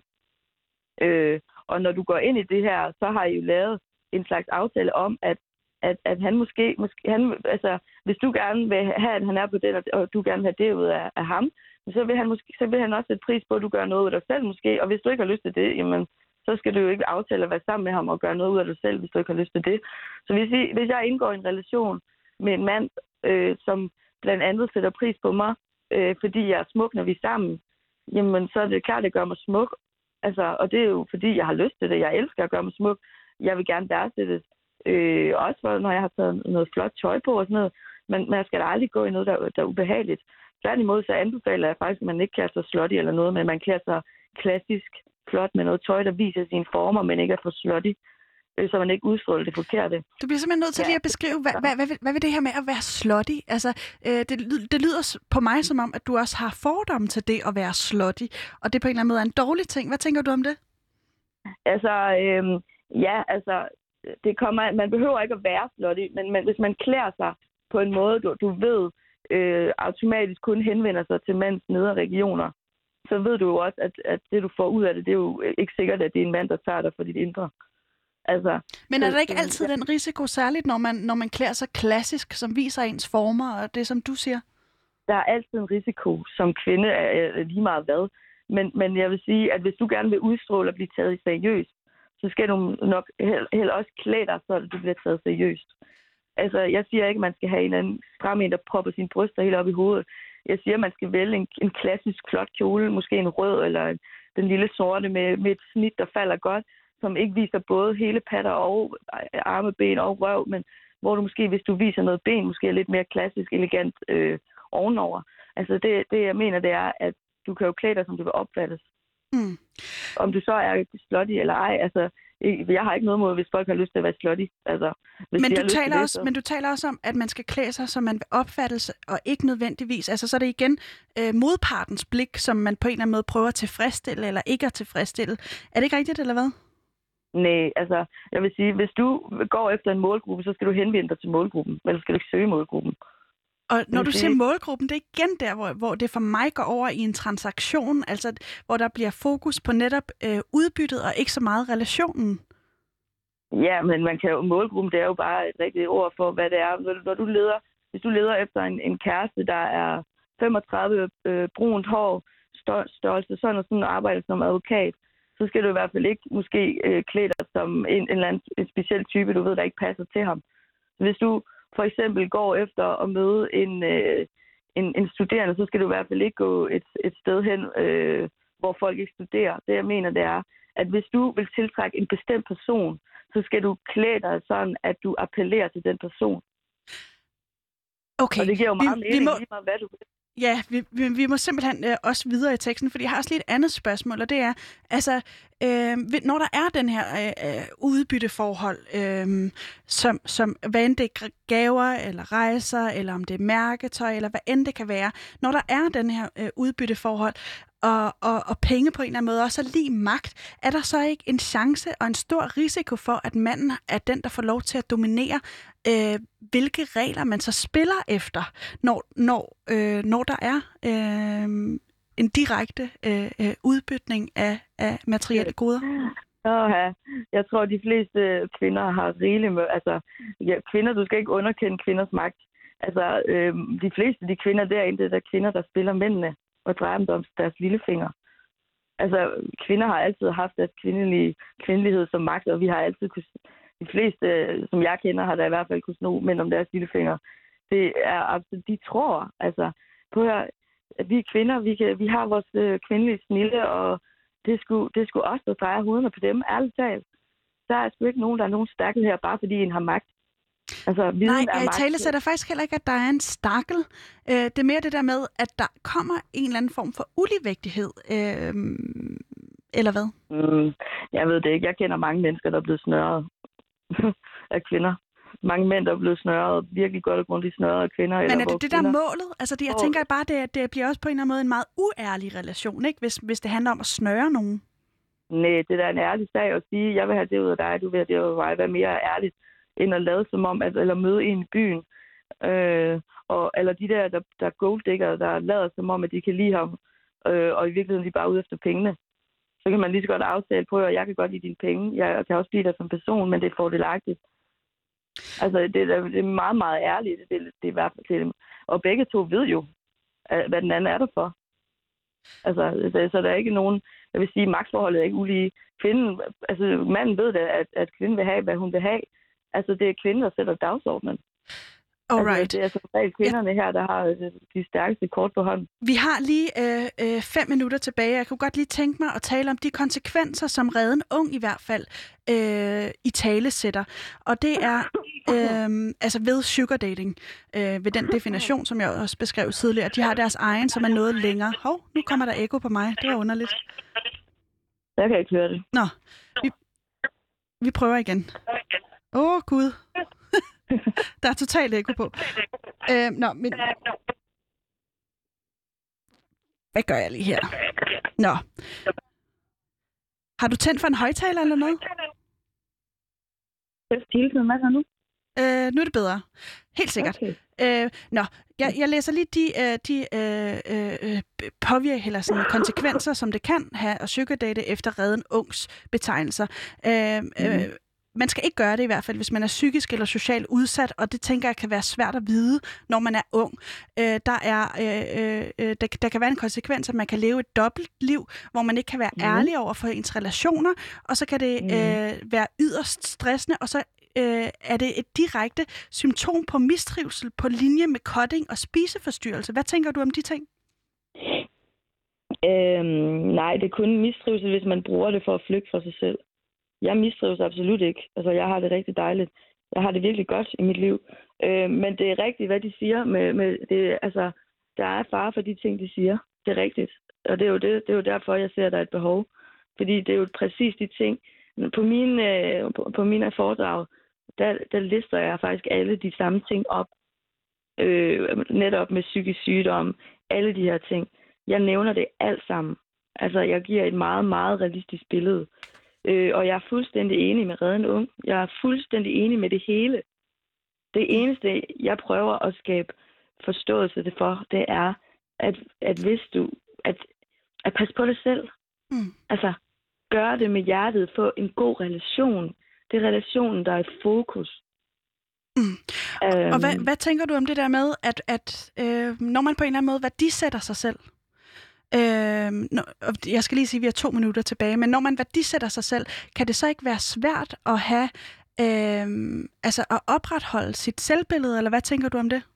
Øh, og når du går ind i det her, så har I jo lavet en slags aftale om, at, at, at han måske, måske han, altså, hvis du gerne vil have, at han er på den, og du gerne vil have det ud af, af ham, så vil, han måske, så vil han også sætte pris på, at du gør noget ud af dig selv måske. Og hvis du ikke har lyst til det, jamen, så skal du jo ikke aftale at være sammen med ham og gøre noget ud af dig selv, hvis du ikke har lyst til det. Så hvis, I, hvis jeg indgår i en relation med en mand, øh, som blandt andet sætter pris på mig, øh, fordi jeg er smuk, når vi er sammen, jamen så er det klart, at det gør mig smuk. Altså, og det er jo fordi, jeg har lyst til det. Jeg elsker at gøre mig smuk. Jeg vil gerne værdsættes. Øh, også for, når jeg har taget noget flot tøj på og sådan noget. Men man skal da aldrig gå i noget, der, der er ubehageligt. Tværtimod så anbefaler jeg faktisk, at man ikke klæder sig slutty eller noget, men man klæder sig klassisk flot med noget tøj, der viser sine former, men ikke er for slutty, så man ikke udstråler det forkerte. Du bliver simpelthen nødt til ja. lige at beskrive, hvad, hvad, hvad, hvad vil det her med at være slutty? Altså, øh, det, det lyder på mig som om, at du også har fordomme til det at være slutty, og det på en eller anden måde er en dårlig ting. Hvad tænker du om det? Altså, øh, ja, altså, det kommer, man behøver ikke at være slutty, men man, hvis man klæder sig på en måde, du, du ved, øh, automatisk kun henvender sig til mænds nedre regioner, så ved du jo også, at, at det, du får ud af det, det er jo ikke sikkert, at det er en mand, der tager dig for dit indre. Altså, men er der ikke altid den risiko, særligt når man, når man klæder sig klassisk, som viser ens former, og det, som du siger? Der er altid en risiko, som kvinde er lige meget hvad. Men, men jeg vil sige, at hvis du gerne vil udstråle og blive taget seriøst, så skal du nok heller også klæde dig, så du bliver taget seriøst. Altså, jeg siger ikke, at man skal have en eller anden stram en, der propper sine bryster helt op i hovedet. Jeg siger, at man skal vælge en, en klassisk flot kjole, måske en rød eller en, den lille sorte med, med et snit, der falder godt, som ikke viser både hele patter og arme, ben og røv, men hvor du måske, hvis du viser noget ben, måske er lidt mere klassisk, elegant øh, ovenover. Altså det, det, jeg mener, det er, at du kan jo klæde dig, som du vil opfattes. Mm. Om du så er slutty eller ej, altså, jeg har ikke noget mod, hvis folk har lyst til at være slutty. Altså, men, du taler også, det, men du taler også om, at man skal klæde sig, som man vil opfattes, og ikke nødvendigvis. Altså, så er det igen øh, modpartens blik, som man på en eller anden måde prøver at tilfredsstille, eller ikke at tilfredsstille. Er det ikke rigtigt, eller hvad? Nej, altså, jeg vil sige, hvis du går efter en målgruppe, så skal du henvende dig til målgruppen, eller skal du ikke søge målgruppen. Og når du siger målgruppen, det er igen der, hvor, hvor det for mig går over i en transaktion, altså hvor der bliver fokus på netop øh, udbyttet, og ikke så meget relationen. Ja, men man kan jo, målgruppen, det er jo bare et rigtigt ord for, hvad det er. Når du leder, hvis du leder efter en, en kæreste, der er femogtredive øh, brunt hår, størrelse, sådan og sådan, og arbejder som advokat, så skal du i hvert fald ikke måske øh, klæde dig som en, en eller anden en speciel type, du ved, der ikke passer til ham. Hvis du for eksempel går efter at møde en, øh, en, en studerende, så skal du i hvert fald ikke gå et, et sted hen, øh, hvor folk ikke studerer. Det jeg mener, det er, at hvis du vil tiltrække en bestemt person, så skal du klæde dig sådan, at du appellerer til den person. Okay. Og det giver jo meget vi, mening, vi må... lige meget hvad du vil. Ja, vi, vi, vi må simpelthen øh, også videre i teksten, fordi jeg har også lige et andet spørgsmål, og det er, altså, øh, når der er den her øh, udbytteforhold, øh, som, som hvad end det er gaver, eller rejser, eller om det er mærketøj, eller hvad end det kan være, når der er den her øh, udbytteforhold, og, og, og penge på en eller anden måde også er lige magt, er der så ikke en chance og en stor risiko for, at manden er den, der får lov til at dominere, øh, hvilke regler man så spiller efter, når, når, øh, når der er øh, en direkte øh, udbytning af, af materielle goder? Ja, jeg tror, de fleste kvinder har rigeligt med, altså, ja, kvinder, du skal ikke underkende kvinders magt. Altså, øh, de fleste de kvinder derinde, det er der kvinder, der spiller mændene og drejer dem om deres lillefinger. Altså, kvinder har altid haft deres kvindelige kvindelighed som magt, og vi har altid kunne, de fleste, som jeg kender, har da i hvert fald kunne sno mænd om deres lillefinger. Det er absolut, de tror, altså, på her, at vi kvinder, vi, kan, vi har vores øh, kvindelige snille, og det skulle, det skulle også, der drejer hovederne på dem, ærligt talt. Der er sgu ikke nogen, der er nogen stakkel her, bare fordi en har magt. Altså, Nej, jeg taler sætter faktisk heller ikke, at der er en stakkel. Øh, det er mere det der med, at der kommer en eller anden form for uligevægtighed. Øh, eller hvad? Mm, jeg ved det ikke. Jeg kender mange mennesker, der er blevet snørret af kvinder. mange mænd, der er blevet snørret, virkelig godt og grundigt snørret af kvinder. Men eller er det det, der kvinder... er målet? Altså, det, jeg tænker bare, det, det bliver også på en eller anden måde en meget uærlig relation, ikke? Hvis, hvis det handler om at snøre nogen. Nej, det er da en ærlig sag at sige, jeg vil have det ud af dig, du vil have det ud af mig. Hvad mere ærligt, end at lade som om, at, eller møde en i byen. Øh, og, eller de der, der, der golddigger, der lader som om, at de kan lide ham, øh, og i virkeligheden de er bare ude efter pengene. Så kan man lige så godt aftale på, at jeg kan godt lide dine penge. Jeg kan også lide dig som person, men det er fordelagtigt. Altså, det er, det er meget, meget ærligt. Det, det er i hvert fald til dem. Og begge to ved jo, hvad den anden er der for. Altså, så der er ikke nogen... Jeg vil sige, magtforholdet er ikke ulige. Kvinden, altså, manden ved da, at, at kvinden vil have, hvad hun vil have. Altså, det er kvinden, der sætter dagsordenen. Alright. Altså, det er som regel kvinderne ja. her, der har de stærkeste kort på hånden. Vi har lige øh, øh, fem minutter tilbage. Jeg kunne godt lige tænke mig at tale om de konsekvenser, som Redden Ung i hvert fald øh, i tale sætter. Og det er øh, altså ved sugar dating, øh, ved den definition, som jeg også beskrev tidligere. De har deres egen, som er noget længere. Hov, nu kommer der ekko på mig. Det var underligt. Jeg kan ikke høre det. Nå, vi, vi prøver igen. Åh, oh, Gud. Der er totalt ekko på. Øh, nå, men... Hvad gør jeg lige her? Nå. Har du tændt for en højttaler eller noget? Det er stille, hvad så nu? Øh, nu er det bedre. Helt sikkert. Okay. Øh, nå, jeg, jeg læser lige de, øh, de øh, øh, påvirke, eller sådan konsekvenser, som det kan have at sugardate efter Redden Ungs betegnelser. Øh, mm. øh, Man skal ikke gøre det i hvert fald, hvis man er psykisk eller socialt udsat, og det tænker jeg kan være svært at vide, når man er ung. Øh, der, er, øh, øh, der, der kan være en konsekvens, at man kan leve et dobbeltliv, hvor man ikke kan være mm. ærlig over for ens relationer, og så kan det mm. øh, være yderst stressende, og så øh, er det et direkte symptom på mistrivsel på linje med cutting og spiseforstyrrelse. Hvad tænker du om de ting? Øhm, nej, det er kun mistrivsel, hvis man bruger det for at flygte fra sig selv. Jeg mistrives absolut ikke. Altså, jeg har det rigtig dejligt. Jeg har det virkelig godt i mit liv. Øh, men det er rigtigt, hvad de siger. Med, med det, altså, der er fare for de ting, de siger. Det er rigtigt. Og det er jo, det, det er jo derfor, jeg ser, at der er et behov. Fordi det er jo præcis de ting. På mine, øh, på, på mine foredrag, der, der lister jeg faktisk alle de samme ting op. Øh, netop med psykisk sygdom. Alle de her ting. Jeg nævner det alt sammen. Altså, jeg giver et meget, meget realistisk billede. Øh, og jeg er fuldstændig enig med Redden Ung. Jeg er fuldstændig enig med det hele. Det eneste, jeg prøver at skabe forståelse for, det er, at, at hvis du... At, at passe på dig selv. Mm. Altså, gør det med hjertet. Få en god relation. Det er relationen, der er i fokus. Mm. Øhm, og hvad, hvad tænker du om det der med, at, at øh, når man på en eller anden måde værdisætter sig selv? Øh, jeg skal lige sige, at vi har to minutter tilbage, men når man værdisætter sig selv, kan det så ikke være svært at have, øh, altså at opretholde sit selvbillede, eller hvad tænker du om det?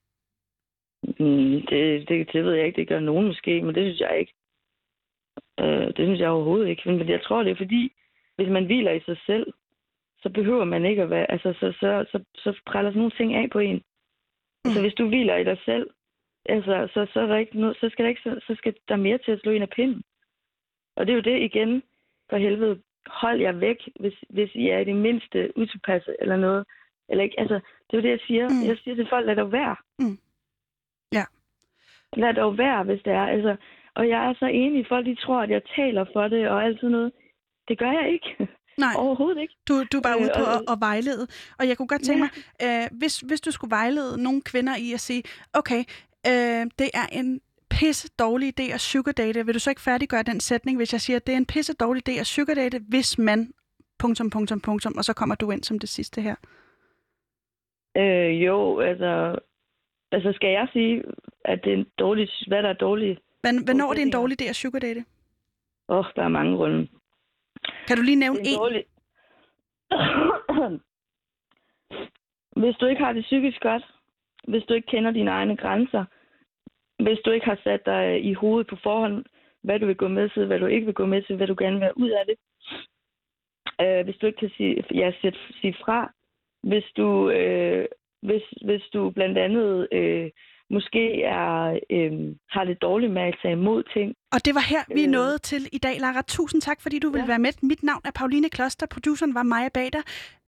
Mm, det, det, det ved jeg ikke. Det gør nogen måske, men det synes jeg ikke. Øh, det synes jeg overhovedet ikke. Men jeg tror, det er fordi, hvis man hviler i sig selv, så behøver man ikke at være, altså så, så, så, så præller sådan nogle ting af på en. Mm. Altså hvis du hviler i dig selv, altså, så, så, er der ikke noget, så, skal der ikke, så, så skal der mere til at slå ind af pinden. Og det er jo det igen, for helvede, hold jer væk, hvis, hvis I er i det mindste utilpasset eller noget. Eller ikke, altså, det er jo det, jeg siger. Mm. Jeg siger til folk, lad dog være. Mm. Ja. Lad dog være, hvis det er. Altså, og jeg er så enig, folk de tror, at jeg taler for det og alt sådan noget. Det gør jeg ikke. Nej, overhovedet ikke. Du, du er bare ude på øh, at, at vejlede. Og jeg kunne godt tænke ja. mig, øh, hvis, hvis du skulle vejlede nogle kvinder i at sige, okay, øh, det er en pisse dårlig idé at sugardate. Vil du så ikke færdiggøre den sætning, hvis jeg siger, at det er en pisse dårlig idé at sugardate, hvis man, punktum, punktum, punktum, og så kommer du ind som det sidste her? Øh, jo, altså, altså skal jeg sige, at det er en dårlig, hvad der er dårligt? Men hvornår er det en dårlig idé at sugardate? Åh, oh, der er mange grunde. Kan du lige nævne en? Dårlig... Hvis du ikke har det psykisk godt, hvis du ikke kender dine egne grænser, hvis du ikke har sat dig i hovedet på forhånd, hvad du vil gå med til, hvad du ikke vil gå med til, hvad du gerne vil have ud af det. Øh, hvis du ikke kan sige, ja, sige, sige fra, hvis du, øh, hvis, hvis du blandt andet øh, måske er, øh, har det dårligt med at tage imod ting. Og det var her, vi nåede til i dag, Lara. Tusind tak, fordi du ville ja. være med. Mit navn er Pauline Kloster, produceren var Maja Bader.